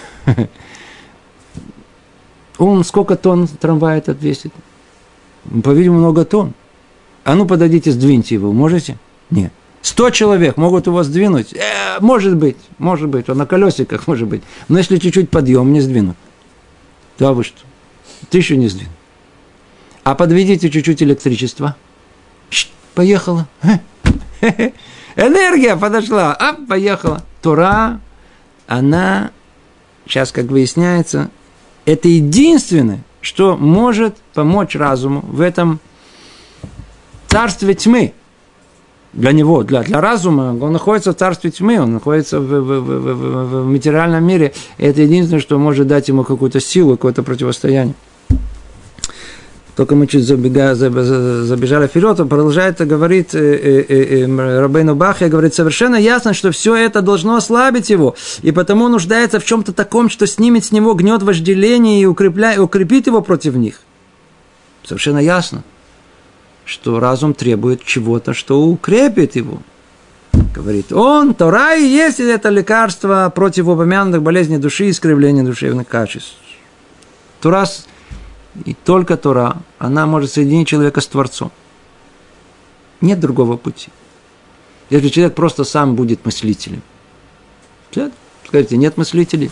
Он сколько тонн трамвай этот весит? По-видимому, много тонн. А ну, подойдите, сдвиньте его, можете? Нет. Сто человек могут его сдвинуть? Э, может быть, может быть, он на колесиках, может быть. Но если чуть-чуть подъем, не сдвинут. Да вы что? Тысячу не сдвинут. А подведите чуть-чуть электричество. Шт, поехала. Энергия подошла, а, поехала. Тора, она, сейчас, как выясняется, это единственное, что может помочь разуму в этом царстве тьмы. Для него, для, для разума, он находится в царстве тьмы, он находится в, в, в, в, в материальном мире. И это единственное, что может дать ему какую-то силу, какое-то противостояние. Только мы чуть забегали, забежали вперед, он продолжает говорить, э, э, э, Рабейну Бахья говорит, совершенно ясно, что все это должно ослабить его, и потому нуждается в чем-то таком, что снимет с него гнет вожделения и укрепля, укрепит его против них. Совершенно ясно, что разум требует чего-то, что укрепит его. Говорит он, Тора и есть это лекарство против упомянутых болезней души и искривления душевных качеств. Тора и только Тора, она может соединить человека с Творцом. Нет другого пути. Если человек просто сам будет мыслителем. Скажите, нет мыслителей?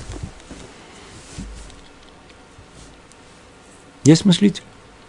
Есть мыслитель.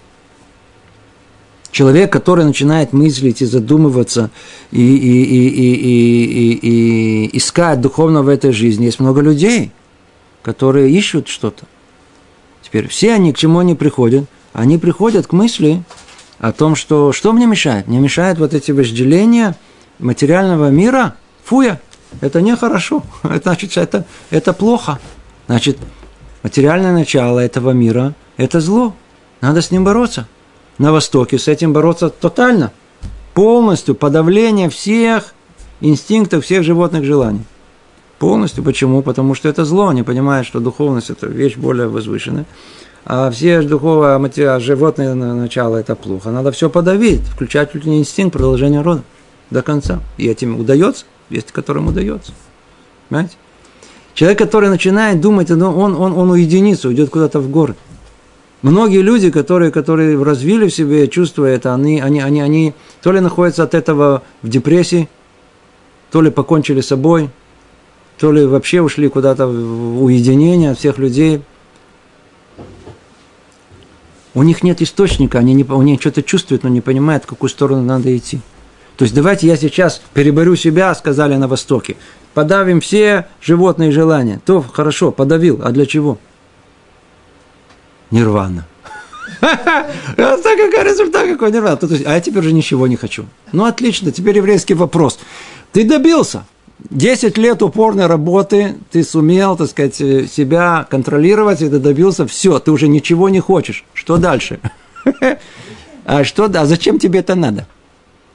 Человек, который начинает мыслить и задумываться, и, и, и, и, и, и, и искать духовного в этой жизни, есть много людей, которые ищут что-то. Теперь все они, к чему они приходят? Они приходят к мысли о том, что что мне мешает? Мне мешают вот эти вожделения материального мира. Фуя, это нехорошо, это значит, это, это плохо. Значит, материальное начало этого мира – это зло, надо с ним бороться. На Востоке с этим бороться тотально, полностью подавление всех инстинктов, всех животных желаний. Полностью. Почему? Потому что это зло, они понимают, что духовность – это вещь более возвышенная, а все духовное, животное начало – это плохо. Надо все подавить, включать внутренний инстинкт продолжения рода до конца. И этим удается, есть которым удается. Понимаете? Человек, который начинает думать, он, он, он уединится, уйдет куда-то в город. Многие люди, которые, которые развили в себе чувство это, они, они, они, они то ли находятся от этого в депрессии, то ли покончили с собой, то ли вообще ушли куда-то в уединение от всех людей. У них нет источника, они, не, они что-то чувствуют, но не понимают, в какую сторону надо идти. То есть давайте я сейчас переборю себя, сказали на Востоке, подавим все животные желания. То хорошо, подавил, а для чего? Нирвана. Какой результат, какой нирвана. А я теперь уже ничего не хочу. Ну, отлично, теперь еврейский вопрос. Ты добился. Десять лет упорной работы, ты сумел, так сказать, себя контролировать, и ты добился. Все, ты уже ничего не хочешь. Что дальше? А что, а зачем тебе это надо?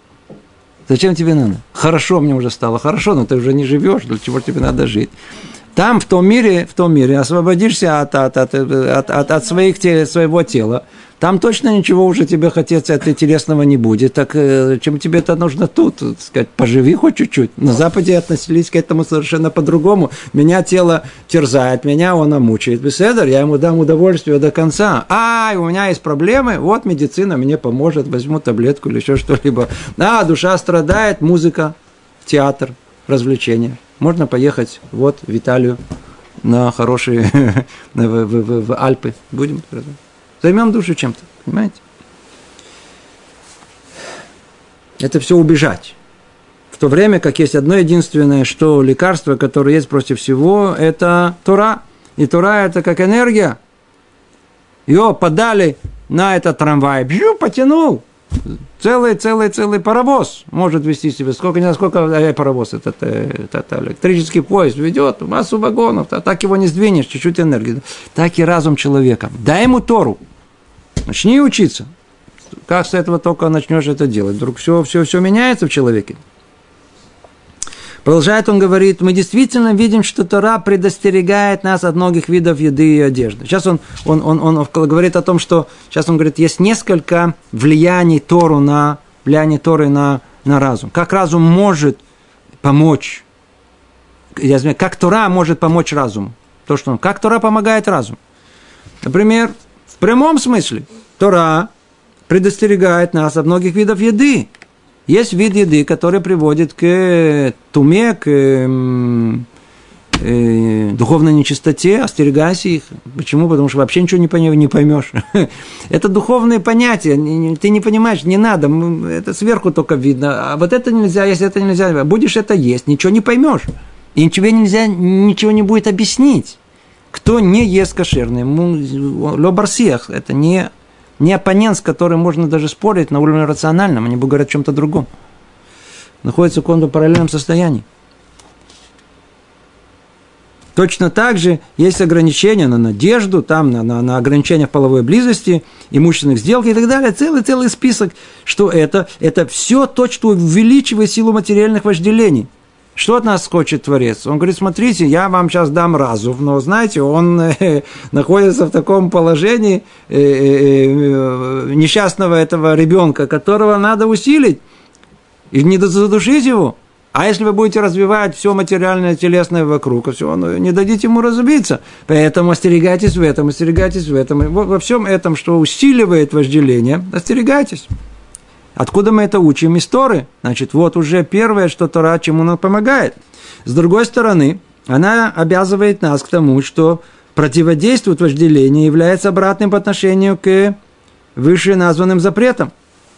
Зачем тебе надо? Хорошо мне уже стало. Хорошо, но ты уже не живешь. Для чего тебе надо жить? Там, в том мире, в том мире освободишься от, от, от, от, от, от своих, своего тела. Там точно ничего уже тебе хотеться от телесного не будет. Так чем тебе это нужно тут? Так сказать, поживи хоть чуть-чуть. На Западе относились к этому совершенно по-другому. Меня тело терзает, меня оно мучает. Беседер, я ему дам удовольствие до конца. А, у меня есть проблемы, вот медицина мне поможет, возьму таблетку или еще что-либо. А, душа страдает, музыка, театр, развлечения. Можно поехать вот в Италию на хорошие в, в, в, в Альпы. Будем займем душу чем-то, понимаете? Это все убежать. В то время как есть одно единственное, что лекарство, которое есть против всего, это Тора. И Тора это как энергия. Ее подали на этот трамвай, бью, потянул. Целый, целый, целый паровоз может вести себя. Сколько, не знаю, сколько э, паровоз этот, э, этот электрический поезд ведет, массу вагонов, а так его не сдвинешь, чуть-чуть энергии. Так и разум человека. Дай ему Тору. Начни учиться. Как с этого только начнешь это делать? Вдруг все, все, все меняется в человеке. Продолжает он говорит, мы действительно видим, что Тора предостерегает нас от многих видов еды и одежды. Сейчас он, он, он, он говорит о том, что сейчас он говорит, есть несколько влияний Тору на, влияний Торы на, на разум. Как разум может помочь, я знаю, как Тора может помочь разуму. То, что он, как Тора помогает разуму. Например, в прямом смысле Тора предостерегает нас от многих видов еды. Есть вид еды, который приводит к туме, к э, э, духовной нечистоте, остерегайся их. Почему? Потому что вообще ничего не поймешь. Это духовные понятия, ты не понимаешь, не надо, это сверху только видно. А вот это нельзя, если это нельзя, будешь это есть, ничего не поймешь. И тебе нельзя, ничего не будет объяснить. Кто не ест кошерный, ло барсиах, это не... Не оппонент, с которым можно даже спорить на уровне рациональном, они будут говорить о чем-то другом. Находится в каком-то параллельном состоянии. Точно так же есть ограничения на надежду, там, на, на, на ограничения в половой близости, имущественных сделок и так далее. Целый-целый список, что это, это все то, что увеличивает силу материальных вожделений. Что от нас хочет Творец? Он говорит, смотрите, я вам сейчас дам разум, но, знаете, он э, находится в таком положении э, э, несчастного этого ребенка, которого надо усилить и не задушить его. А если вы будете развивать все материальное, телесное вокруг, все, ну, не дадите ему разбиться. Поэтому остерегайтесь в этом, остерегайтесь в этом. Во, во всем этом, что усиливает вожделение, остерегайтесь. Откуда мы это учим? Из Торы. Значит, вот уже первое, что Тора чему нам помогает. С другой стороны, она обязывает нас к тому, что противодействовать вожделению является обратным по отношению к вышеназванным запретам.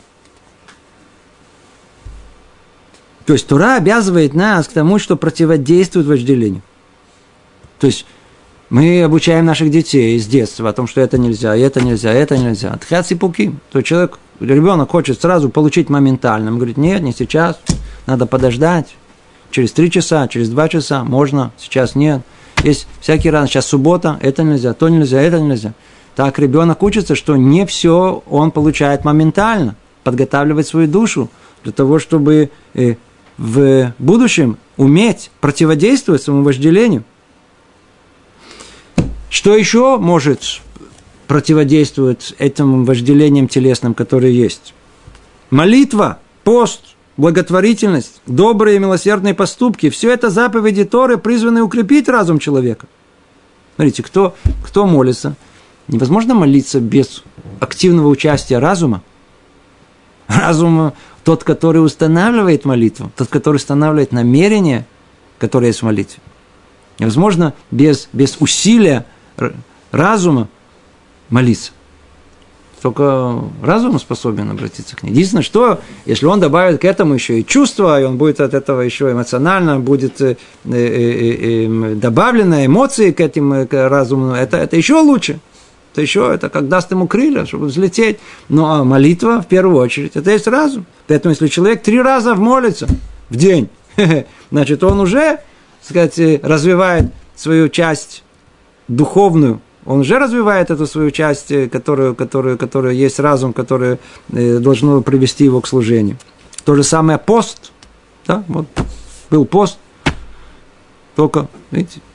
То есть Тора обязывает нас к тому, что противодействует вожделению. То есть мы обучаем наших детей с детства о том, что это нельзя, это нельзя, это нельзя. Тхяц и пуки. То человек, ребенок хочет сразу получить моментально. Он говорит, нет, не сейчас, надо подождать. Через три часа, через два часа можно, сейчас нет. Есть всякий раз, сейчас суббота, это нельзя, то нельзя, это нельзя. Так ребенок учится, что не все он получает моментально. Подготавливать свою душу для того, чтобы в будущем уметь противодействовать своему вожделению. Что еще может противодействовать этим вожделениям телесным, которые есть? Молитва, пост, благотворительность, добрые и милосердные поступки. Все это заповеди Торы, призваны укрепить разум человека. Смотрите, кто, кто молится? Невозможно молиться без активного участия разума. Разум тот, который устанавливает молитву, тот, который устанавливает намерение, которое есть в молитве. Невозможно без, без усилия разума молиться. Только разум способен обратиться к ней. Единственное, что, если он добавит к этому еще и чувства, и он будет от этого еще эмоционально, будет э, э, э, добавлено эмоции к этим к разуму, это, это еще лучше. Это еще, это как даст ему крылья, чтобы взлететь. Но молитва, в первую очередь, это есть разум. Поэтому, если человек три раза молится в день, значит, он уже, так сказать, развивает свою часть духовную, он уже развивает эту свою часть, которую, которую, которая есть разум, который должно привести его к служению. То же самое пост. Да? Вот был пост, только, видите,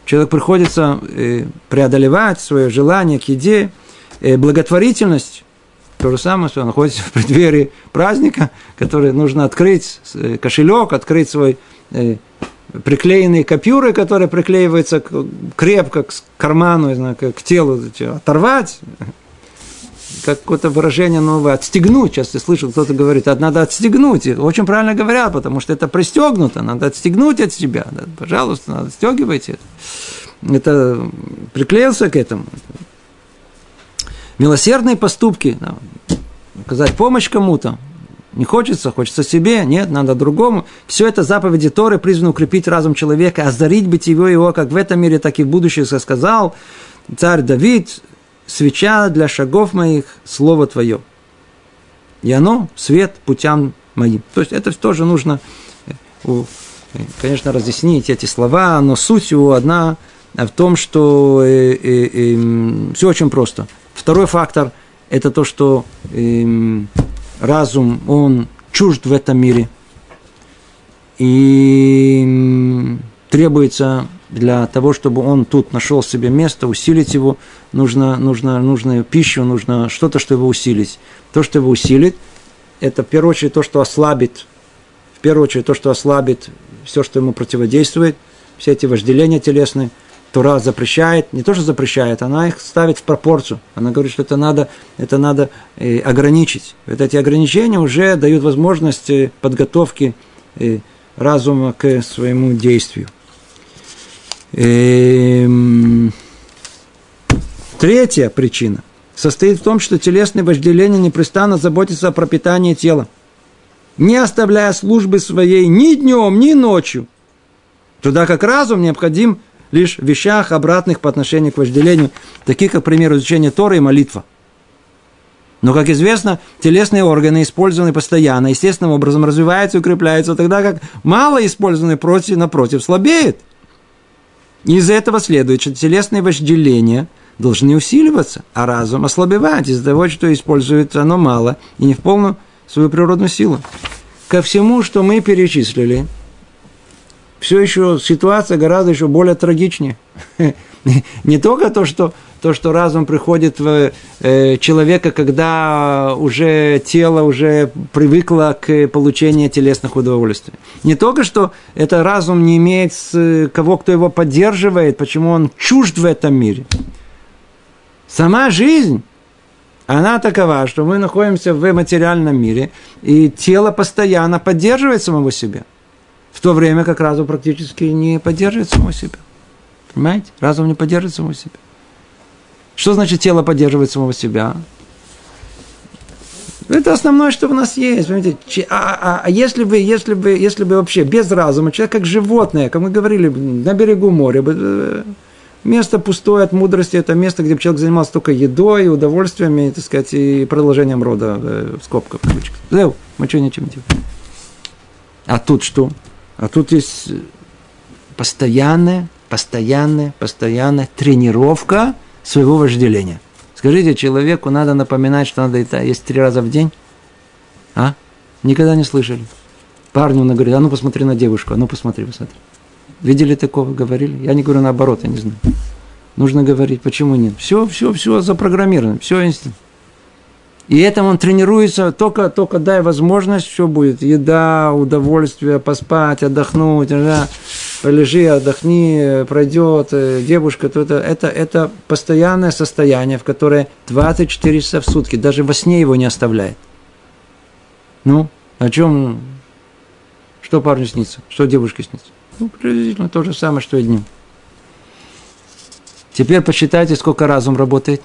человек приходится преодолевать свое желание к еде, благотворительность. То же самое, что он находится в преддверии праздника, который нужно открыть кошелек, открыть свой приклеенные купюры, которые приклеиваются крепко к карману, не знаю, к телу, оторвать. Как какое-то выражение новое, отстегнуть. Сейчас я слышал, кто-то говорит, надо отстегнуть. Очень правильно говорят, потому что это пристегнуто, надо отстегнуть от себя. Да, пожалуйста, надо отстегивайте это. Это приклеился к этому. Милосердные поступки, да, оказать помощь кому-то. Не хочется, хочется себе, нет, надо другому. Все это заповеди Торы призваны укрепить разум человека, озарить бытие его как в этом мире, так и в будущем, как сказал царь Давид, свеча для шагов моих, слово твое. И оно свет путям моим. То есть это тоже нужно, конечно, разъяснить эти слова, но суть его одна в том, что э, э, э, все очень просто. Второй фактор – это то, что э, разум, он чужд в этом мире. И требуется для того, чтобы он тут нашел себе место, усилить его, нужно, нужно, нужно пищу, нужно что-то, что его усилить. То, что его усилит, это в первую очередь то, что ослабит, в первую очередь то, что ослабит все, что ему противодействует, все эти вожделения телесные. Тора запрещает, не то, что запрещает, она их ставит в пропорцию. Она говорит, что это надо, это надо э, ограничить. Вот эти ограничения уже дают возможность э, подготовки э, разума к своему действию. Э, третья причина состоит в том, что телесные вожделения непрестанно заботятся о пропитании тела, не оставляя службы своей ни днем, ни ночью. Тогда как разум необходим лишь в вещах, обратных по отношению к вожделению, таких как, к примеру, изучение Торы и молитва. Но, как известно, телесные органы, использованные постоянно, естественным образом развиваются и укрепляются, тогда как мало использованные против, напротив, слабеет. Из этого следует, что телесные вожделения должны усиливаться, а разум ослабевать из-за того, что использует оно мало и не в полную свою природную силу. Ко всему, что мы перечислили, все еще ситуация гораздо еще более трагичнее. Не только то, что, то, что разум приходит в э, человека, когда уже тело уже привыкло к получению телесных удовольствий. Не только, что это разум не имеет кого, кто его поддерживает, почему он чужд в этом мире. Сама жизнь, она такова, что мы находимся в материальном мире, и тело постоянно поддерживает самого себя. В то время как разум практически не поддерживает самого себя. Понимаете? Разум не поддерживает самого себя. Что значит тело поддерживает самого себя? Это основное, что у нас есть. Понимаете? А, а, а если бы, если бы, если бы вообще без разума, человек как животное, как мы говорили, на берегу моря, место пустое от мудрости, это место, где человек занимался только едой, удовольствиями, так сказать, и продолжением рода, в скобках, в кавычках. Мы что, ничем не делаем. А тут что? А тут есть постоянная, постоянная, постоянная тренировка своего вожделения. Скажите, человеку надо напоминать, что надо это есть три раза в день? А? Никогда не слышали. Парню он говорит, а ну посмотри на девушку, а ну посмотри, посмотри. Видели такого, говорили? Я не говорю наоборот, я не знаю. Нужно говорить, почему нет? Все, все, все запрограммировано, все инстинкт. И этому он тренируется, только, только дай возможность, что будет. Еда, удовольствие, поспать, отдохнуть, да, полежи, отдохни, пройдет, девушка, то это, это, это постоянное состояние, в которое двадцать четыре часа в сутки, даже во сне его не оставляет. Ну, о чем, что парню снится, что девушке снится? Ну, приблизительно то же самое, что и днем. Теперь посчитайте, сколько разум работает.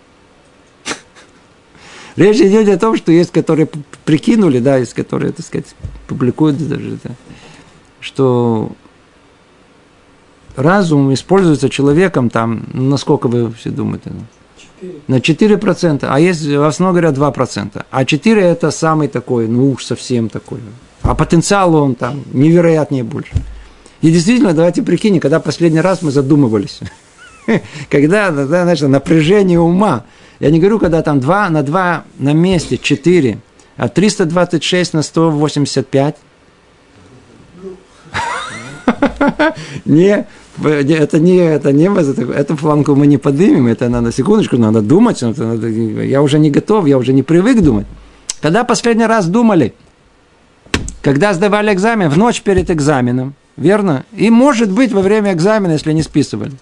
Речь идет о том, что есть, которые прикинули, да, есть, которые, так сказать, публикуют даже, да, что разум используется человеком там, насколько вы все думаете? четыре. На четыре процента, а есть, в основном говорят, два процента. А четыре это самый такой, ну уж совсем такой. А потенциал он там невероятнее больше. И действительно, давайте прикинем, когда последний раз мы задумывались. Когда, значит, напряжение ума. Я не говорю, когда там два на два на месте, четыре, а триста двадцать шесть на сто восемьдесят пять. Не, Это не, это не, эту планку мы не поднимем, это надо, секундочку, надо думать, надо, я уже не готов, я уже не привык думать. Когда последний раз думали? Когда сдавали экзамен, в ночь перед экзаменом, верно? И может быть во время экзамена, если не списывали.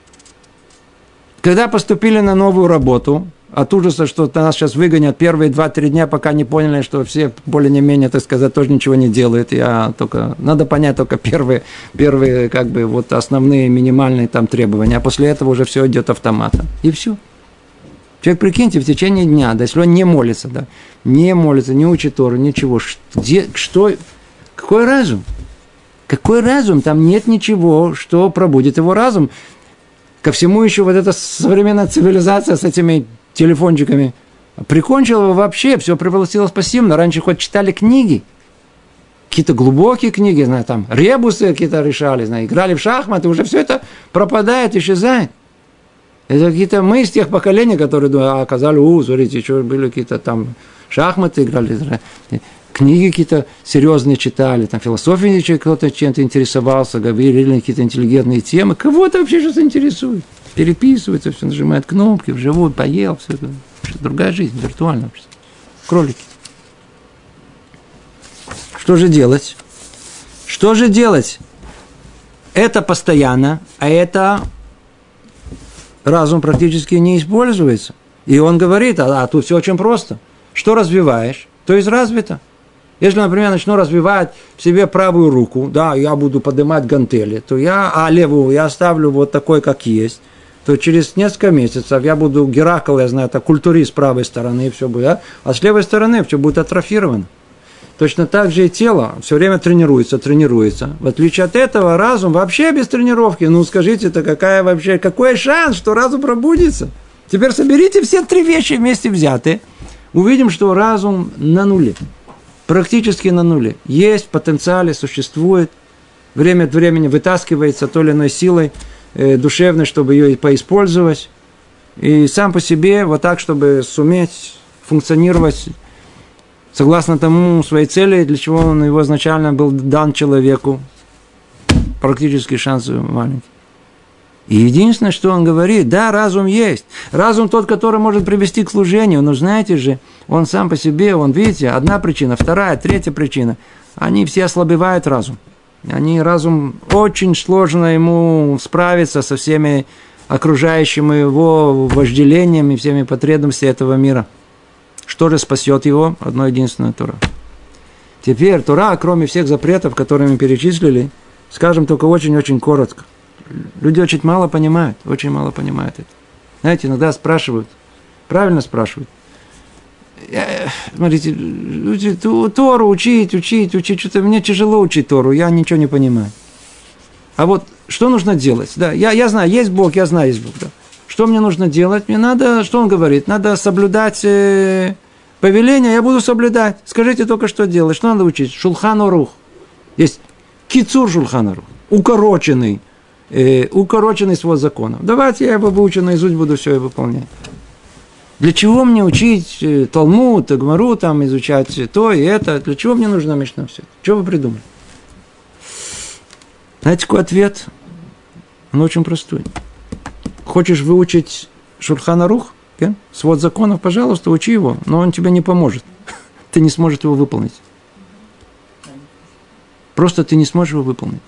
Когда поступили на новую работу, от ужаса, что нас сейчас выгонят первые два-три дня, пока не поняли, что все более-менее, так сказать, тоже ничего не делают. Я только, надо понять только первые, первые как бы, вот основные минимальные там требования, а после этого уже все идет автоматом. И все. Человек, прикиньте, в течение дня, да, если он не молится, да, не молится, не учит Тору, ничего, где, что, какой разум? Какой разум? Там нет ничего, что пробудит его разум. Ко всему еще вот эта современная цивилизация с этими телефончиками прикончила его вообще, все превратилось пассивно. Раньше хоть читали книги, какие-то глубокие книги, знаю, там ребусы какие-то решали, знаю, играли в шахматы, уже все это пропадает, исчезает. Это какие-то мы из тех поколений, которые а, оказали, у, смотрите, что были какие-то там шахматы играли, книги какие-то серьезные читали, там философией кто-то чем-то интересовался, говорили какие-то интеллигентные темы. Кого-то вообще что-то интересует. Переписывается, все нажимает кнопки, живут, поел, все это. Другая жизнь, виртуальная. Кролики. Что же делать? Что же делать? Это постоянно, а это разум практически не используется. И он говорит, а, а тут все очень просто. Что развиваешь, то есть развито. Если, например, начну развивать в себе правую руку, да, я буду поднимать гантели, то я, а левую я оставлю вот такой, как есть, то через несколько месяцев я буду Геракл, я знаю, это культурист с правой стороны, и все будет, а, а с левой стороны все будет атрофировано. Точно так же и тело все время тренируется, тренируется. В отличие от этого, разум вообще без тренировки. Ну, скажите, это какая вообще, какой шанс, что разум пробудится? Теперь соберите все три вещи вместе взятые. Увидим, что разум на нуле. Практически на нуле. Есть в потенциале, существует. Время от времени вытаскивается той или иной силой э, душевной, чтобы ее поиспользовать. И сам по себе, вот так, чтобы суметь функционировать согласно тому своей цели, для чего он его изначально был дан человеку. Практически шансы маленькие. И единственное, что он говорит, да, разум есть. Разум тот, который может привести к служению. Но знаете же, он сам по себе, он, видите, одна причина, вторая, третья причина. Они все ослабевают разум. Они, разум, очень сложно ему справиться со всеми окружающими его вожделениями, всеми потребностями этого мира. Что же спасет его? Одно единственное Тора. Теперь Тора, кроме всех запретов, которые мы перечислили, скажем только очень-очень коротко. Люди очень мало понимают, очень мало понимают это. Знаете, иногда спрашивают, правильно спрашивают. Смотрите, люди, Тору учить, учить, учить, что-то мне тяжело учить Тору, я ничего не понимаю. А вот что нужно делать? Да, я, я знаю, есть Бог, я знаю, есть Бог. Да. Что мне нужно делать? Мне надо, что он говорит? Надо соблюдать э, повеления, я буду соблюдать. Скажите только, что делать. Что надо учить? Шулхан Арух. Есть кицур Шулхан Арух, укороченный. Э, укороченный свод законов. Давайте я его выучу наизусть, буду все и выполнять. Для чего мне учить э, Талмуд, Гмару, там, изучать то и это? Для чего мне нужна Мишна все это? Что вы придумали? Знаете, какой ответ? Он очень простой. Хочешь выучить Шулхан Арух, okay? Свод законов, пожалуйста, учи его, но он тебе не поможет. Ты не сможешь его выполнить. Просто ты не сможешь его выполнить.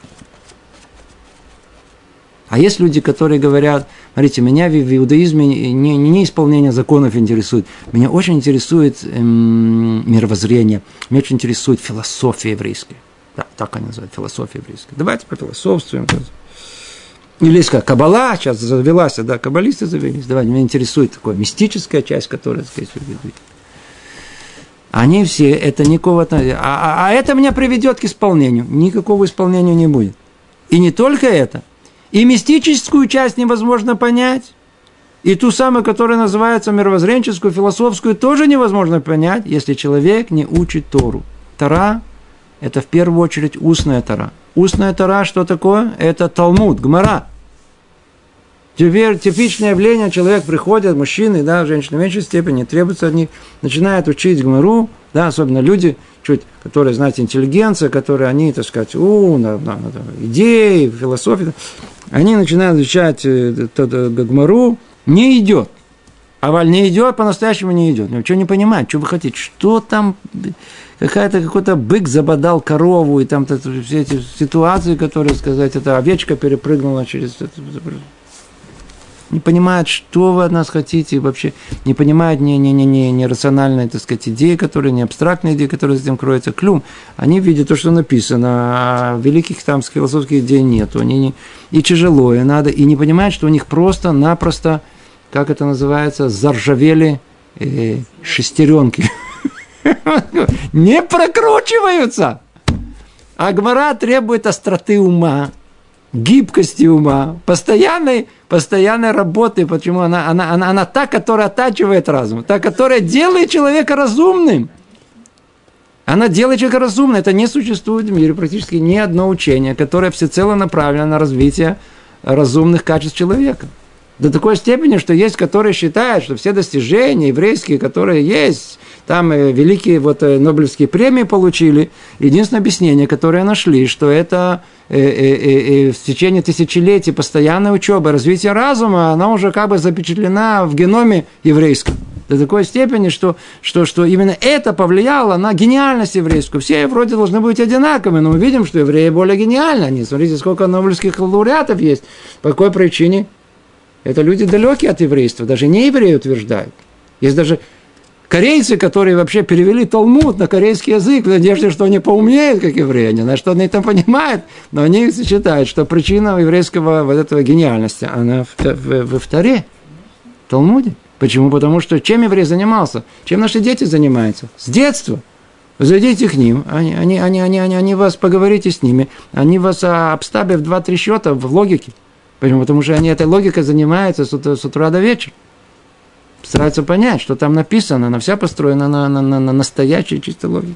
А есть люди, которые говорят, смотрите, меня в иудаизме не, не исполнение законов интересует, меня очень интересует эм, мировоззрение, меня очень интересует философия еврейская. Да, так они называют, философия еврейская. Давайте пофилософствуем. Или есть как Каббала, сейчас завелась, да, каббалисты завелись. Давайте, меня интересует такая мистическая часть, которая, так сказать, они все, это никакого... А, а, а это меня приведет к исполнению. Никакого исполнения не будет. И не только это. И мистическую часть невозможно понять, и ту самую, которая называется мировоззренческую, философскую, тоже невозможно понять, если человек не учит Тору. Тора – это в первую очередь устная Тора. Устная Тора что такое? Это Талмуд, Гмара. Теперь типичное явление, человек приходит, мужчины, да, женщины в меньшей степени, требуется от них, начинает учить Гмару, да, особенно люди, чуть, которые, знаете, интеллигенция, которые они, так сказать, у, на, на, на, идеи, философии. они начинают изучать Гмару, не идет. А Валь не идет, по-настоящему не идет. Ничего не понимает, что вы хотите. Что там, какая-то, какой-то бык забодал корову, и там все эти ситуации, которые, сказать, эта овечка перепрыгнула через... Не понимают, что вы от нас хотите, вообще не понимают ни, ни, ни, ни, ни рациональные, так сказать, идеи, которые, не абстрактные идеи, которые за этим кроются. Клюм. Они видят то, что написано, а великих там философских идей нету. Они не... И тяжело, и надо, и не понимают, что у них просто-напросто, как это называется, заржавели э, шестеренки. Не прокручиваются. А Гмара требует остроты ума, гибкости ума, постоянной, постоянной работы. Почему? Она, она, она, она та, которая оттачивает разум, та, которая делает человека разумным. Она делает человека разумным. Это не существует в мире практически ни одно учение, которое всецело направлено на развитие разумных качеств человека. До такой степени, что есть, которые считают, что все достижения еврейские, которые есть, там великие вот Нобелевские премии получили, единственное объяснение, которое нашли, что это э, э, э, в течение тысячелетий постоянной учебы, развития разума, она уже как бы запечатлена в геноме еврейском. До такой степени, что, что, что именно это повлияло на гениальность еврейскую. Все вроде должны быть одинаковыми, но мы видим, что евреи более гениальны. Они, смотрите, сколько нобелевских лауреатов есть. По какой причине? Это люди далекие от еврейства, даже не евреи утверждают. Есть даже корейцы, которые вообще перевели Талмуд на корейский язык в надежде, что они поумнеют, как евреи. Они знают, что они там понимают, но они считают, что причина еврейского вот этого гениальности, она в, в, в, в Торе, в Талмуде. Почему? Потому что чем еврей занимался? Чем наши дети занимаются? С детства. Вы зайдите к ним, они, они, они, они, они, они вас, поговорите с ними, они вас обставят в два-три счета в логике. Почему? Потому что они этой логикой занимаются с утра, с утра до вечера. Стараются понять, что там написано, она вся построена на, на, на, на настоящей чистой логике.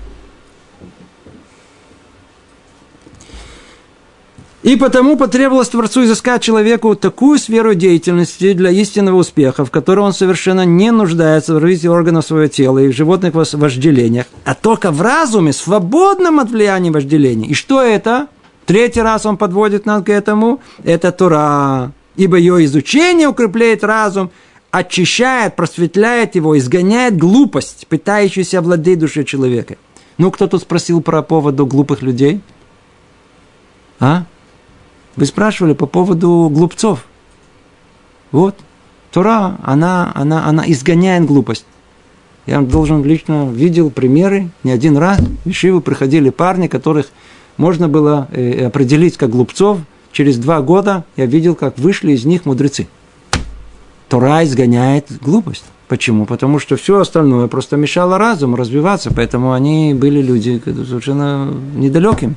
И потому потребовалось Творцу изыскать человеку такую сферу деятельности для истинного успеха, в которой он совершенно не нуждается в развитии органов своего тела и в животных вожделениях, а только в разуме, свободном от влияния вожделений. И что это? Третий раз он подводит нас к этому. Это Тора. Ибо ее изучение укрепляет разум, очищает, просветляет его, изгоняет глупость, пытающуюся овладеть душой человека. Ну, кто тут спросил про поводу глупых людей? А? Вы спрашивали по поводу глупцов. Вот. Тора, она, она, она изгоняет глупость. Я должен лично видел примеры, не один раз. В Ешиву приходили парни, которых можно было э, определить как глупцов. Через два года я видел, как вышли из них мудрецы. Тора изгоняет глупость. Почему? Потому что все остальное просто мешало разуму развиваться. Поэтому они были люди совершенно недалекими.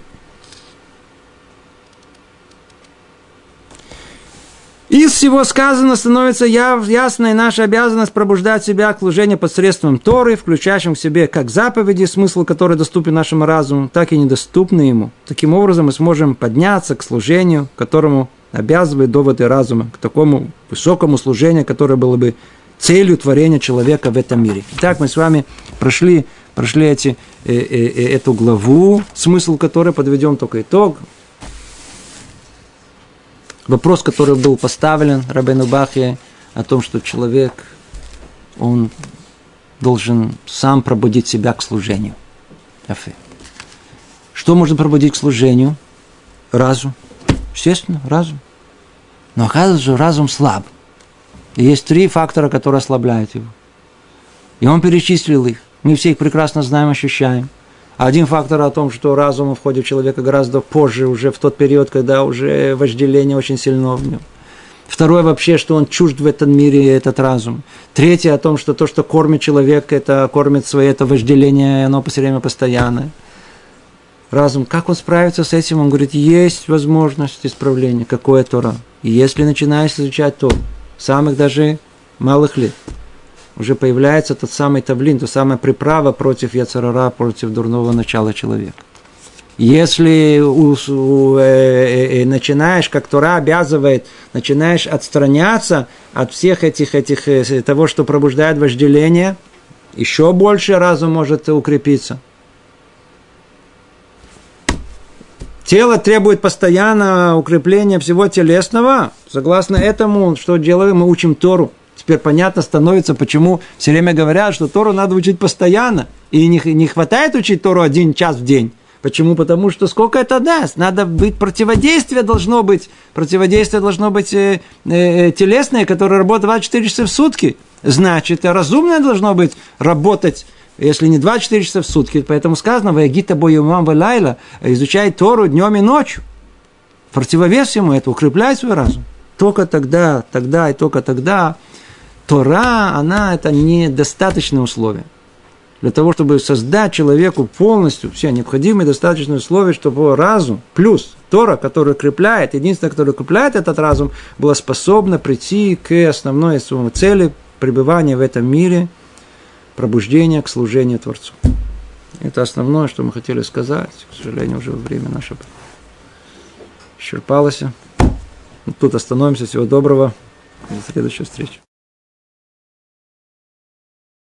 Из всего сказанного становится ясной наша обязанность пробуждать себя к служению посредством Торы, включающим в себе как заповеди, смысл которой доступен нашему разуму, так и недоступны ему. Таким образом мы сможем подняться к служению, которому обязывает доводы разума, к такому высокому служению, которое было бы целью творения человека в этом мире. Итак, мы с вами прошли, прошли эти, э, э, эту главу, смысл которой подведем только итог. Вопрос, который был поставлен Рабейну Бахье, о том, что человек, он должен сам пробудить себя к служению. Что можно пробудить к служению? Разум. Естественно, разум. Но оказывается, что разум слаб. И есть три фактора, которые ослабляют его. И он перечислил их. Мы все их прекрасно знаем, ощущаем. Один фактор о том, что разум входит в человека гораздо позже, уже в тот период, когда уже вожделение очень сильно в нем. Второе вообще, что он чужд в этом мире, этот разум. Третье о том, что то, что кормит человека, это кормит свое это вожделение, и оно все время постоянное. Разум, как он справится с этим? Он говорит, есть возможность исправления. Какое Тора? И если начинаешь изучать Тору, самых даже малых лет, уже появляется тот самый тавлин, та самая приправа против яцер ара, против дурного начала человека. Если у, у, э, э, начинаешь, как Тора обязывает, начинаешь отстраняться от всех этих, этих э, того, что пробуждает вожделение, еще больше разум может укрепиться. Тело требует постоянно укрепления всего телесного. Согласно этому, что делаем, мы учим Тору. Теперь понятно становится, почему все время говорят, что Тору надо учить постоянно. И не, не хватает учить Тору один час в день. Почему? Потому что сколько это даст? Надо быть, противодействие должно быть. Противодействие должно быть э, э, телесное, которое работает двадцать четыре часа в сутки. Значит, разумное должно быть работать, если не двадцать четыре часа в сутки. Поэтому сказано, «Ваягита бо йомам валайла», изучай Тору днем и ночью. Противовес всему это, укрепляй свой разум. Только тогда, тогда и только тогда Тора, она, это недостаточное условие. Для того, чтобы создать человеку полностью все необходимые достаточные условия, чтобы его разум, плюс Тора, которая укрепляет, единственное, которое укрепляет этот разум, была способна прийти к основной своей цели пребывания в этом мире, пробуждения к служению Творцу. Это основное, что мы хотели сказать. К сожалению, уже время наше исчерпалось. Тут остановимся. Всего доброго. До следующей встречи.